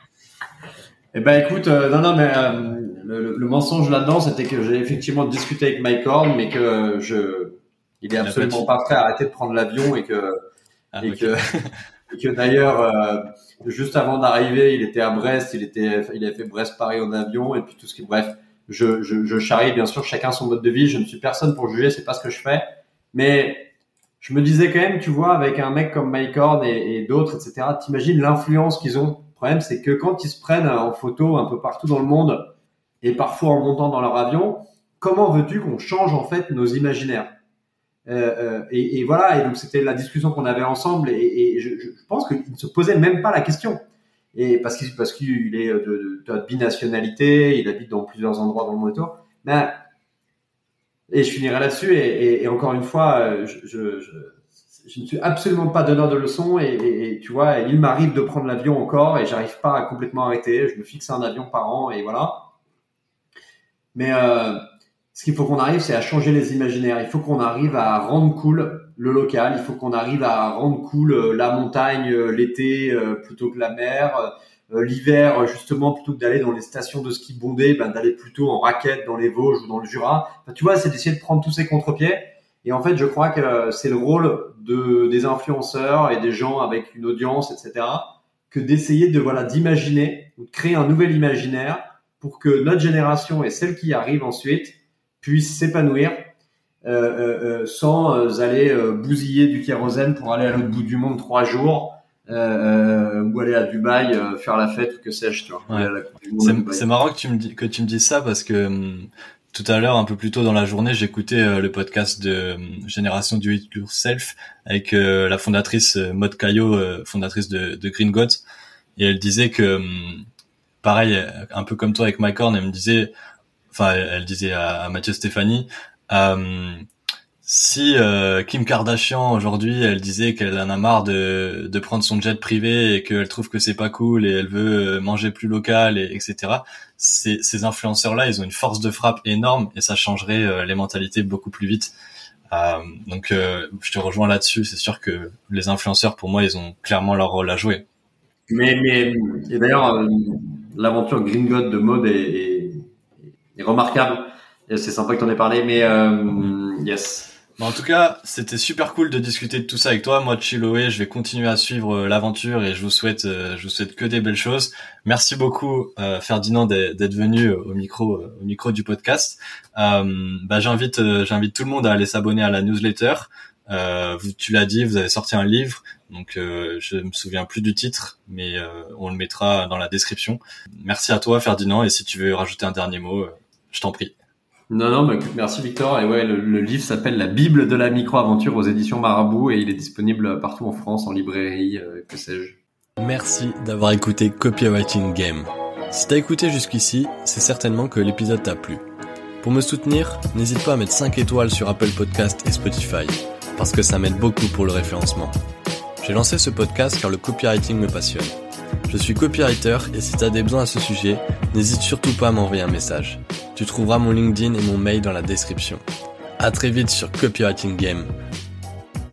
Speaker 2: Eh ben, écoute, euh, non, non, mais euh, le, le mensonge là-dedans, c'était que j'ai effectivement discuté avec Mike Horn, mais que je... Il est absolument pas prêt à arrêter de prendre l'avion et que ah, et, okay. que et que d'ailleurs euh, juste avant d'arriver, il était à Brest, il était il avait fait Brest-Paris en avion et puis tout ce qui bref. je, je, je charrie bien sûr chacun son mode de vie. Je ne suis personne pour juger, c'est pas ce que je fais. Mais je me disais quand même, tu vois, avec un mec comme Mike Horn et, et d'autres, et cetera. T'imagines l'influence qu'ils ont. Le problème, c'est que quand ils se prennent en photo un peu partout dans le monde et parfois en montant dans leur avion, comment veux-tu qu'on change en fait nos imaginaires? Euh, euh, et, et voilà. Et donc c'était la discussion qu'on avait ensemble. Et, et je, je pense qu'il ne se posait même pas la question. Et parce qu'il parce qu'il est de, de, de binationalité, il habite dans plusieurs endroits dans le monde et tout. Mais et je finirai là-dessus. Et, et, et encore une fois, je, je, je Je ne suis absolument pas donneur de leçons et, et, et tu vois, il m'arrive de prendre l'avion encore et j'arrive pas à complètement arrêter. Je me fixe un avion par an et voilà. Mais euh, ce qu'il faut qu'on arrive, c'est à changer les imaginaires. Il faut qu'on arrive à rendre cool le local. Il faut qu'on arrive à rendre cool la montagne l'été plutôt que la mer. Euh, l'hiver, justement, plutôt que d'aller dans les stations de ski bondées, ben, d'aller plutôt en raquette dans les Vosges ou dans le Jura. Enfin, tu vois, c'est d'essayer de prendre tous ces contre-pieds. Et en fait, je crois que c'est le rôle de, des influenceurs et des gens avec une audience, et cetera, que d'essayer de, voilà, d'imaginer, de créer un nouvel imaginaire pour que notre génération et celle qui arrive ensuite puissent s'épanouir euh, euh, sans aller euh, bousiller du kérosène pour aller à l'autre bout du monde trois jours euh, ou aller à Dubaï euh, faire la fête ou que sais-je, tu vois.
Speaker 1: Ouais. C'est, c'est marrant que tu me dis que tu me dises ça parce que hum, tout à l'heure, un peu plus tôt dans la journée, j'écoutais euh, le podcast de euh, Génération Do It Yourself avec euh, la fondatrice euh, Maud Caillot, euh, fondatrice de, de Green Gods, et elle disait que, euh, pareil, un peu comme toi avec Mike Horn, elle me disait, enfin, elle, elle disait à, à Mathieu Stéphanie, euh, si euh, Kim Kardashian aujourd'hui, elle disait qu'elle en a marre de, de prendre son jet privé et qu'elle trouve que c'est pas cool et elle veut manger plus local, et etc. Ces, ces influenceurs-là, ils ont une force de frappe énorme et ça changerait euh, les mentalités beaucoup plus vite. Euh, donc, euh, je te rejoins là-dessus. C'est sûr que les influenceurs, pour moi, ils ont clairement leur rôle à jouer.
Speaker 2: Mais, mais et d'ailleurs, euh, l'aventure Green God de Maud est, est, est remarquable. Et c'est sympa que t'en aies parlé, mais euh, mmh. yes.
Speaker 1: Mais en tout cas, c'était super cool de discuter de tout ça avec toi. Moi, Chiloé, je vais continuer à suivre l'aventure et je vous souhaite, je vous souhaite que des belles choses. Merci beaucoup, euh, Ferdinand, d'être venu au micro, au micro du podcast. Euh, bah, j'invite, j'invite tout le monde à aller s'abonner à la newsletter. Euh, vous, tu l'as dit, vous avez sorti un livre, donc euh, je me souviens plus du titre, mais euh, on le mettra dans la description. Merci à toi, Ferdinand, et si tu veux rajouter un dernier mot, euh, je t'en prie.
Speaker 2: Non, non, bah, merci Victor. Et ouais, le, le livre s'appelle La Bible de la micro-aventure aux éditions Marabout et il est disponible partout en France, en librairie, euh, que sais-je.
Speaker 1: Merci d'avoir écouté Copywriting Game. Si t'as écouté jusqu'ici, c'est certainement que l'épisode t'a plu. Pour me soutenir, n'hésite pas à mettre cinq étoiles sur Apple Podcast et Spotify, parce que ça m'aide beaucoup pour le référencement. J'ai lancé ce podcast car le copywriting me passionne. Je suis copywriter et si t'as des besoins à ce sujet, n'hésite surtout pas à m'envoyer un message. Tu trouveras mon LinkedIn et mon mail dans la description. À très vite sur Copywriting Game.